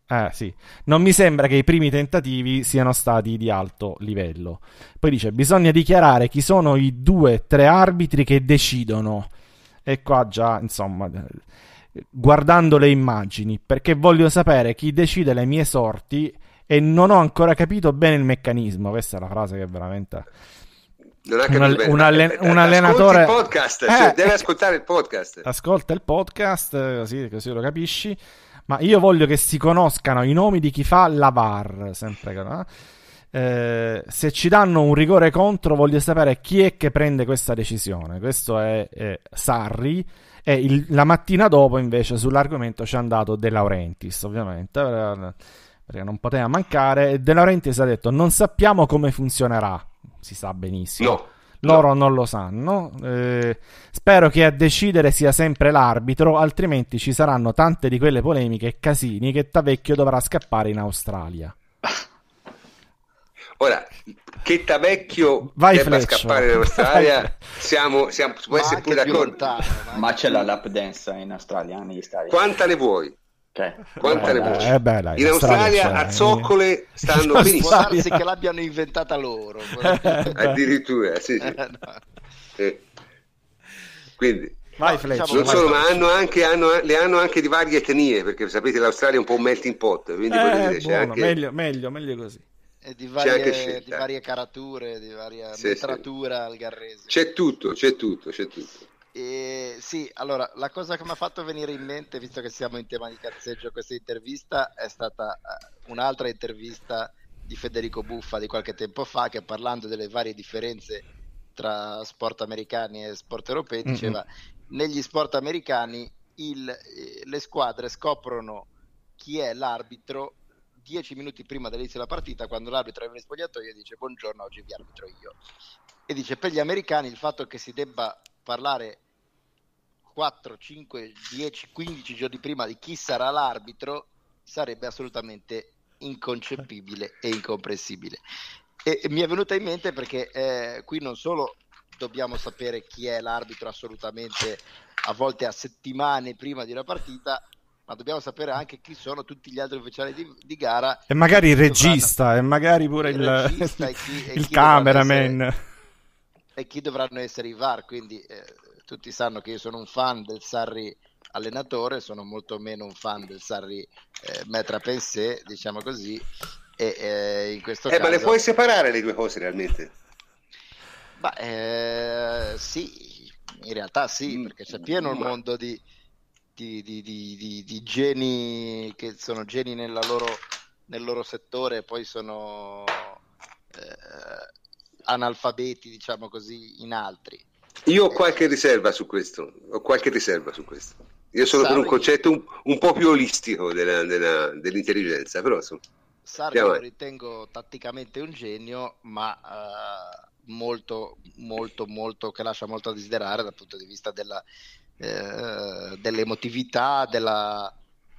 Sì. Non mi sembra che i primi tentativi siano stati di alto livello. Poi dice: bisogna dichiarare chi sono i 2-3 arbitri che decidono. E qua già, insomma, guardando le immagini, perché voglio sapere chi decide le mie sorti e non ho ancora capito bene il meccanismo. Questa è la frase che veramente... Non ha capito un allenatore... Ascolti il podcast, cioè, deve ascoltare il podcast. Ascolta il podcast, così lo capisci. Ma io voglio che si conoscano i nomi di chi fa la VAR, sempre che se ci danno un rigore contro, voglio sapere chi è che prende questa decisione. Questo è Sarri. E la mattina dopo, invece, sull'argomento c'è andato De Laurentiis, ovviamente, perché non poteva mancare. De Laurentiis ha detto: non sappiamo come funzionerà. Si sa benissimo. No. Loro non lo sanno. Spero che a decidere sia sempre l'arbitro, altrimenti ci saranno tante di quelle polemiche e casini che Tavecchio dovrà scappare in Australia. Ora, che Tavecchio Vai, debba Fleccio. scappare in Australia, siamo può essere pure d'accordo. Ma c'è la lap dance in Australia, negli stadi. Quanta ne vuoi? Quanta ne vuoi? Dai, in Australia a zoccole stanno in benissimo. Può darsi che l'abbiano inventata loro. Addirittura, sì. No. Quindi Vai, No, Fleccio. diciamo non solo, ma le hanno anche di varie etnie, perché sapete l'Australia è un po' un melting pot, quindi voglio dire, c'è buono, anche... meglio così. E di C'è anche varie, scelta. di varie carature, di varia Sì, metratura al garrese. C'è tutto. E sì, allora, la cosa che mi ha fatto venire in mente, visto che siamo in tema di cazzeggio, questa intervista è stata un'altra intervista di Federico Buffa di qualche tempo fa, che parlando delle varie differenze tra sport americani e sport europei diceva: negli sport americani le squadre scoprono chi è l'arbitro 10 minuti prima dell'inizio della partita, quando l'arbitro arriva in spogliatoio e dice: buongiorno, oggi vi arbitro io. E dice: per gli americani il fatto che si debba parlare 4, 5, 10, 15 giorni prima di chi sarà l'arbitro sarebbe assolutamente inconcepibile e incomprensibile. E mi è venuta in mente perché qui non solo dobbiamo sapere chi è l'arbitro assolutamente, a volte a settimane prima di una partita, ma dobbiamo sapere anche chi sono tutti gli altri ufficiali di gara, E magari il regista, e magari pure il cameraman. E chi dovranno essere i VAR. Quindi tutti sanno che io sono un fan del Sarri allenatore, sono molto meno un fan del Sarri maître à penser, diciamo così, e in questo caso... Ma le puoi separare le due cose realmente? Sì, in realtà sì, perché c'è pieno il mondo di geni che sono geni nel loro settore e poi sono analfabeti, diciamo così, in altri. Io ho qualche riserva su questo. Io sono per un concetto un po' più olistico dell'intelligenza, però insomma. Sarri lo ritengo tatticamente un genio, ma molto, molto, molto, che lascia molto a desiderare dal punto di vista dell'emotività, della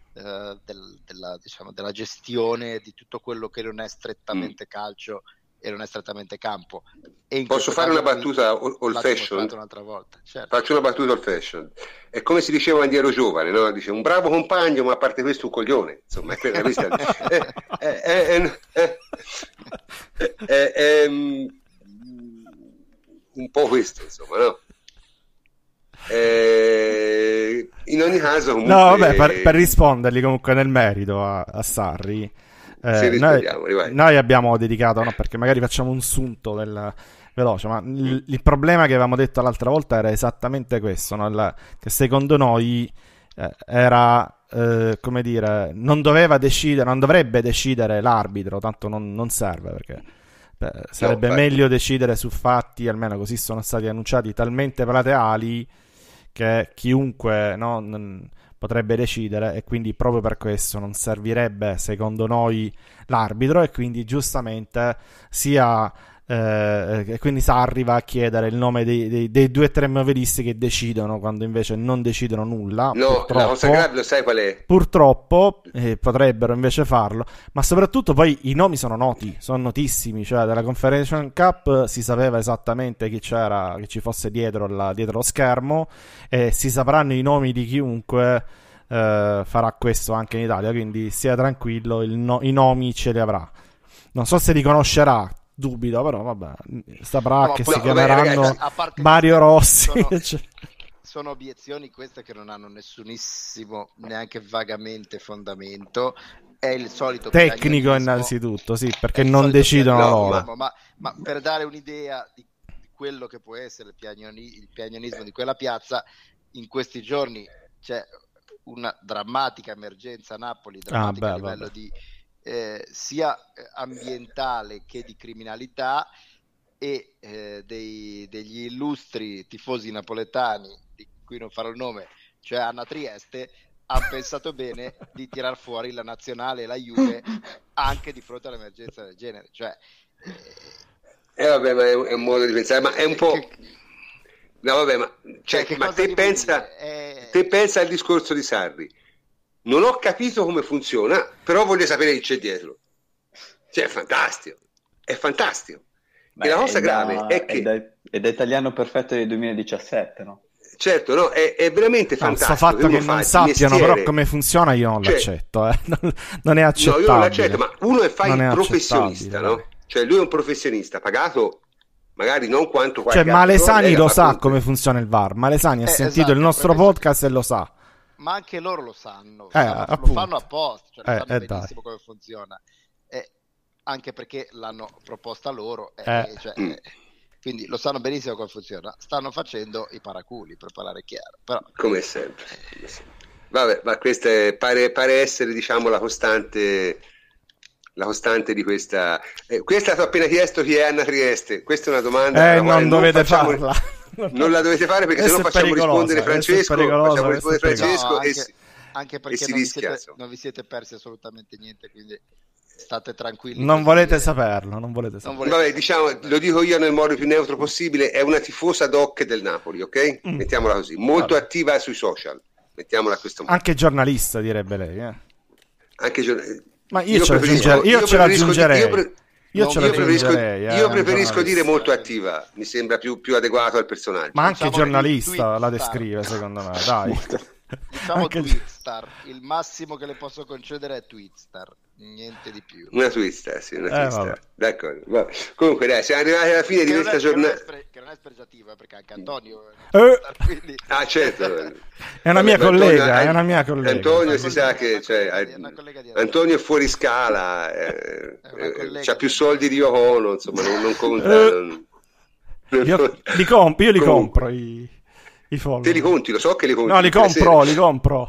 gestione di tutto quello che non è strettamente calcio e non è strettamente campo. E posso fare una battuta old fashion? Un'altra volta, certo. Faccio una battuta old fashion. È come si diceva quando ero giovane, no? Dice un bravo compagno, ma a parte questo un coglione. Insomma, questa è un po' questo, insomma, no? In ogni caso, comunque... No, vabbè, per rispondergli comunque nel merito a Sarri, noi abbiamo dedicato, no, perché magari facciamo un sunto veloce, ma il problema che avevamo detto l'altra volta era esattamente questo, no? Che secondo noi era, come dire, non dovrebbe decidere l'arbitro, tanto non serve, perché sarebbe meglio decidere su fatti, almeno così sono stati annunciati, talmente plateali che chiunque potrebbe decidere, e quindi proprio per questo non servirebbe secondo noi l'arbitro, e quindi giustamente quindi Sarri va a chiedere il nome dei 2 o 3 movilisti che decidono, quando invece non decidono nulla. No, la cosa grave lo sai qual è? Purtroppo potrebbero invece farlo, ma soprattutto poi i nomi sono noti, sono notissimi, cioè della Confederation Cup si sapeva esattamente chi c'era, che ci fosse dietro lo schermo, e si sapranno i nomi di chiunque farà questo anche in Italia, quindi sia tranquillo, i nomi ce li avrà. Non so se li conoscerà, dubito, però vabbè, saprà che si chiameranno Mario Rossi. Sono obiezioni queste che non hanno nessunissimo, neanche vagamente fondamento. È il solito tecnico innanzitutto, sì, perché non decidono loro. Ma per dare un'idea di quello che può essere il piagnonismo di quella piazza, in questi giorni c'è una drammatica emergenza a Napoli, a livello di sia ambientale che di criminalità, e degli illustri tifosi napoletani, di cui non farò il nome, cioè Anna Trieste, hanno pensato bene di tirar fuori la nazionale e la Juve anche di fronte all'emergenza del genere. Cioè, vabbè, ma è un modo di pensare, ma è un po'... No, vabbè, ma te pensa al discorso di Sarri. Non ho capito come funziona, però voglio sapere chi c'è dietro. Cioè, è fantastico. È fantastico. Beh, e la cosa grave è che... È da italiano perfetto del 2017, no? Certo, no, è veramente fantastico. Il fatto che non sappiano però come funziona io non l'accetto, non è accettabile. No, io non l'accetto, ma uno fa il professionista, no? Cioè lui è un professionista pagato magari non quanto qualche altro. Malesani lo sa come funziona il VAR. Malesani ha sentito il nostro podcast e lo sa. Ma anche loro lo sanno, lo fanno apposta, cioè lo sanno benissimo come funziona. Anche perché l'hanno proposta loro, quindi lo sanno benissimo come funziona. Stanno facendo i paraculi, per parlare chiaro, però... come sempre. Vabbè, ma questa pare essere, diciamo, la costante di questa. Questa ti ho appena chiesto chi è Anna Trieste. Questa è una domanda non dovete farla. Non la dovete fare, perché sennò facciamo rispondere Francesco. Anche perché non vi siete persi assolutamente niente, quindi state tranquilli. Non volete saperlo. Vabbè, diciamo, lo dico io nel modo più neutro possibile, è una tifosa doc del Napoli, ok? Mettiamola così, molto attiva sui social, mettiamola a questo modo. Anche giornalista, direbbe lei, Anche ma io ce l'aggiungerei. Io preferisco dire molto attiva, mi sembra più adeguato al personaggio. Ma anche giornalista la descrive, secondo me, dai. Diciamo Twitstar, il massimo che le posso concedere è Twitstar, niente di più. Una Twitstar, sì, una Twitstar. D'accordo. Comunque dai, siamo arrivati alla fine di questa giornata. Che non è spregiativa, perché anche Antonio quindi... certo. È una mia collega, Antonio si sa che Antonio è fuori scala, c'ha più soldi di Yoko Ono, insomma, non conta. Io li compro i follow. Te li conti, lo so che li conti. No, li compro.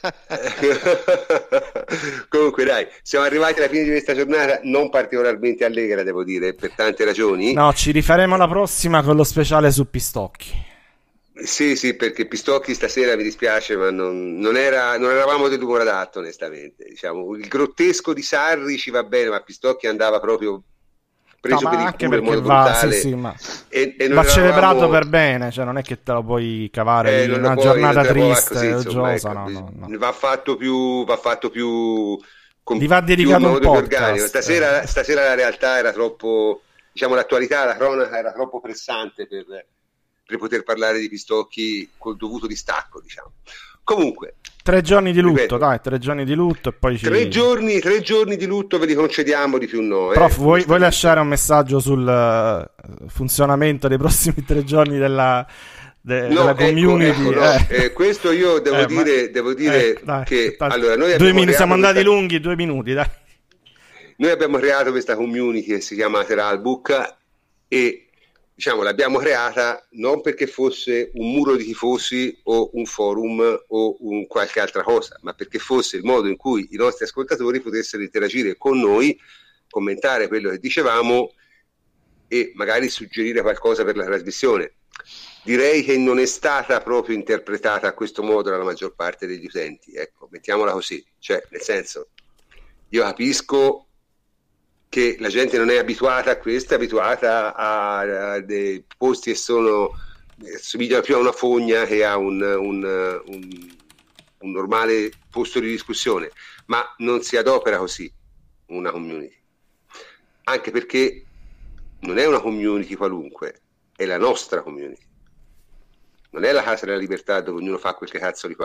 Comunque dai, siamo arrivati alla fine di questa giornata non particolarmente allegra, devo dire, per tante ragioni. No, ci rifaremo la prossima con lo speciale su Pistocchi. Sì, perché Pistocchi stasera, mi dispiace, ma non eravamo dell'umore adatto, onestamente. Diciamo, il grottesco di Sarri ci va bene, ma Pistocchi andava proprio preso per il culo in modo brutale, ma celebrato per bene, cioè non è che te lo puoi cavare in una giornata triste, gioiosa, no. Va fatto più gli va dedicato un podcast. Stasera la realtà era troppo, diciamo, l'attualità, la cronaca era troppo pressante per poter parlare di Pistocchi col dovuto distacco, diciamo. Comunque 3 giorni di lutto, ripeto, dai, 3 giorni di lutto e poi 3 giorni di lutto ve li concediamo, di più no. Prof, vuoi lasciare un messaggio sul funzionamento dei prossimi 3 giorni della community? Questo io devo dire che allora noi siamo andati lunghi, 2 minuti, dai. Noi abbiamo creato questa community che si chiama Teralbook e diciamo l'abbiamo creata non perché fosse un muro di tifosi o un forum o qualche altra cosa, ma perché fosse il modo in cui i nostri ascoltatori potessero interagire con noi, commentare quello che dicevamo e magari suggerire qualcosa per la trasmissione. Direi che non è stata proprio interpretata a questo modo dalla maggior parte degli utenti, ecco, mettiamola così, cioè nel senso, io capisco che la gente non è abituata a questo, è abituata a dei posti che somigliano più a una fogna che a un normale posto di discussione, ma non si adopera così una community, anche perché non è una community qualunque, è la nostra community, non è la Casa della Libertà dove ognuno fa quel che cazzo gli pare,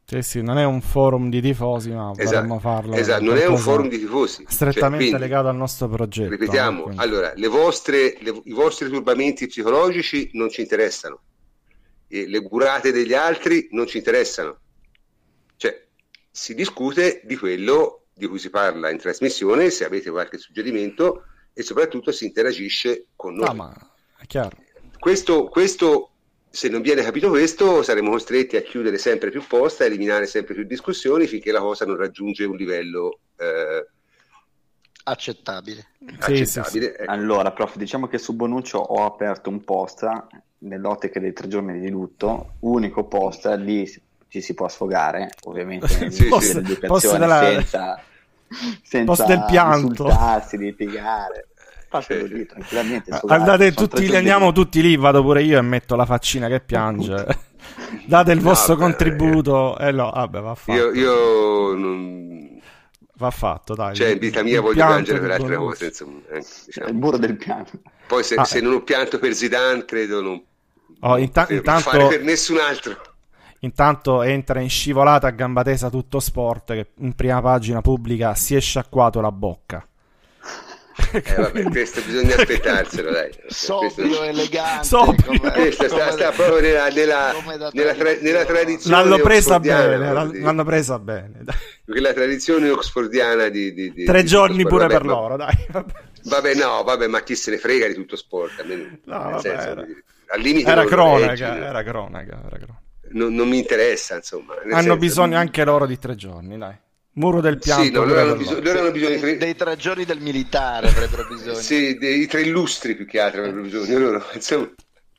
Sì, non è un forum di tifosi, ma vorremmo farlo. Esatto, non è un forum di tifosi. Strettamente quindi, legato al nostro progetto. Ripetiamo, allora, i vostri turbamenti psicologici non ci interessano. Le curate degli altri non ci interessano. Cioè, si discute di quello di cui si parla in trasmissione, se avete qualche suggerimento, e soprattutto si interagisce con noi. No, ma è chiaro. Questo, se non viene capito questo, saremo costretti a chiudere sempre più posta, a eliminare sempre più discussioni finché la cosa non raggiunge un livello accettabile. Sì. Ecco. Allora, prof, diciamo che su Bonuccio ho aperto un post nell'ottica dei 3 giorni di lutto, unico post, lì ci si può sfogare, ovviamente nell'educazione senza post del pianto, insultarsi, litigare. Fatelo lì tranquillamente. Andate tutti, andiamo tutti lì, vado pure io e metto la faccina che piange. Date il vostro contributo. No, vabbè, va fatto. Io non... Va fatto, dai. Cioè, in vita mia voglio piangere per altre cose, insomma, diciamo. Il muro del pianto. Poi se non ho pianto per Zidane, credo non intanto fare per nessun altro. Intanto entra in scivolata a gamba tesa Tutto Sport, che in prima pagina pubblica si è sciacquato la bocca. Vabbè, questo bisogna aspettarselo, dai. Sobrio, elegante. Questo sta proprio nella tradizione. L'hanno presa bene. Quella tradizione oxfordiana di 3 giorni pure per loro, dai. Vabbè, ma chi se ne frega di Tutto Sport? Al limite era cronaca. Non mi interessa, insomma. Hanno bisogno anche loro di 3 giorni, dai. Muro del pianto. Sì, loro hanno bisogno dei 3 giorni del militare, avrebbero bisogno. Sì, dei 3 illustri più che altro avrebbero bisogno loro, insomma.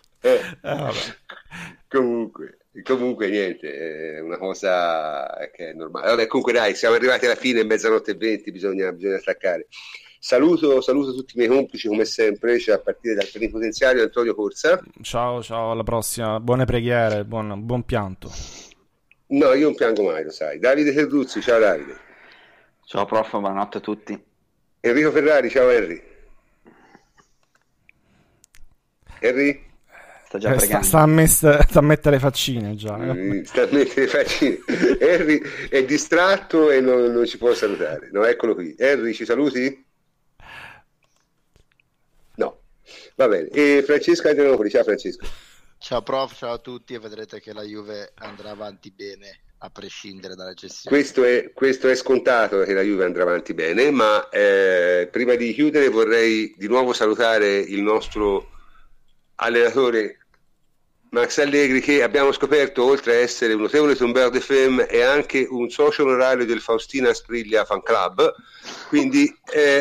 Comunque niente, è una cosa che è normale. Vabbè, comunque dai, siamo arrivati alla fine, 00:20, bisogna staccare. Saluto tutti i miei complici come sempre, cioè a partire dal plenipotenziario Antonio Corsa. Ciao, alla prossima, buone preghiere, buon pianto. No, io non piango mai, lo sai. Davide Terruzzi, ciao Davide. Ciao prof, buonanotte a tutti. Enrico Ferrari, ciao Henry. Sta già pregando. Sta a mettere faccine già. Sta a mettere faccine. Henry è distratto e non ci può salutare. No, eccolo qui. Henry, ci saluti? No. Va bene. E Francesco Adrianopoli, ciao Francesco. Ciao prof, ciao a tutti, e vedrete che la Juve andrà avanti bene a prescindere dalla gestione. Questo è scontato che la Juve andrà avanti bene, ma prima di chiudere vorrei di nuovo salutare il nostro allenatore Max Allegri, che abbiamo scoperto, oltre a essere un notevole tombeur de femme, è anche un socio onorario del Faustina Spriglia Fan Club, quindi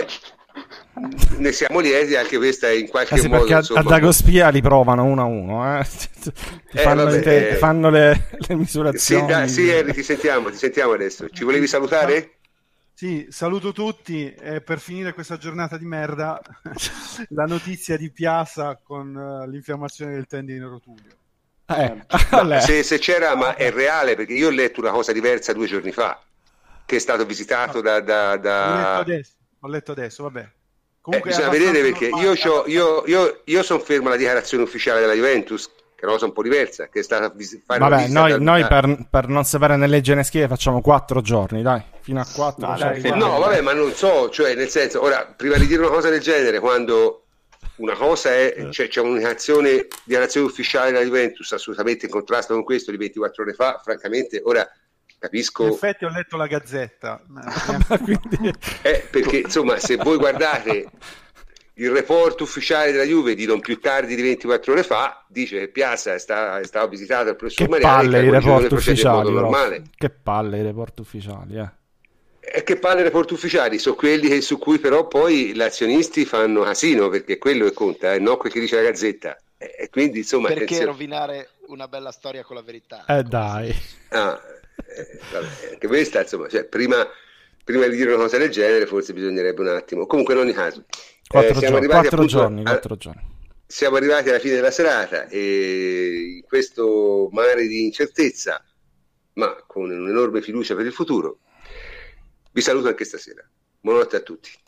ne siamo lieti, anche questa è in qualche modo, perché insomma, a Dagospia li provano 1-1 fanno le misurazioni. Sì, Henry, ti sentiamo adesso. Ci volevi salutare? Sì, saluto tutti, e per finire questa giornata di merda la notizia di Piazza con l'infiammazione del tendine rotuleo. Se c'era, ma è reale, perché io ho letto una cosa diversa 2 giorni fa, che è stato visitato Ho letto adesso, vabbè. Comunque bisogna vedere, perché io sono fermo alla dichiarazione ufficiale della Juventus, che è una cosa un po' diversa, che è stata vabbè, noi per non sapere né legge né scrivere facciamo 4 giorni, dai, fino a 4. No, vabbè, ma non so, cioè nel senso, ora, prima di dire una cosa del genere, quando una cosa è, cioè c'è un'indicazione, dichiarazione ufficiale della Juventus assolutamente in contrasto con questo di 24 ore fa, francamente, ora capisco. In effetti ho letto la Gazzetta. Quindi... perché insomma, se voi guardate il report ufficiale della Juve di non più tardi di 24 ore fa, dice che Piazza è stato visitato dal professor Mariani, che i report ufficiali, normale. Che palle i report ufficiali, E che palle i report ufficiali? Sono quelli su cui però poi gli azionisti fanno casino, perché quello che conta, no quel che dice la Gazzetta. E quindi insomma, perché rovinare una bella storia con la verità? Dai. Vabbè, anche questa, insomma, cioè, prima di dire una cosa del genere forse bisognerebbe un attimo. Comunque in ogni caso 4 giorni. Siamo arrivati alla fine della serata e in questo mare di incertezza, ma con un'enorme fiducia per il futuro, vi saluto anche stasera. Buonanotte a tutti.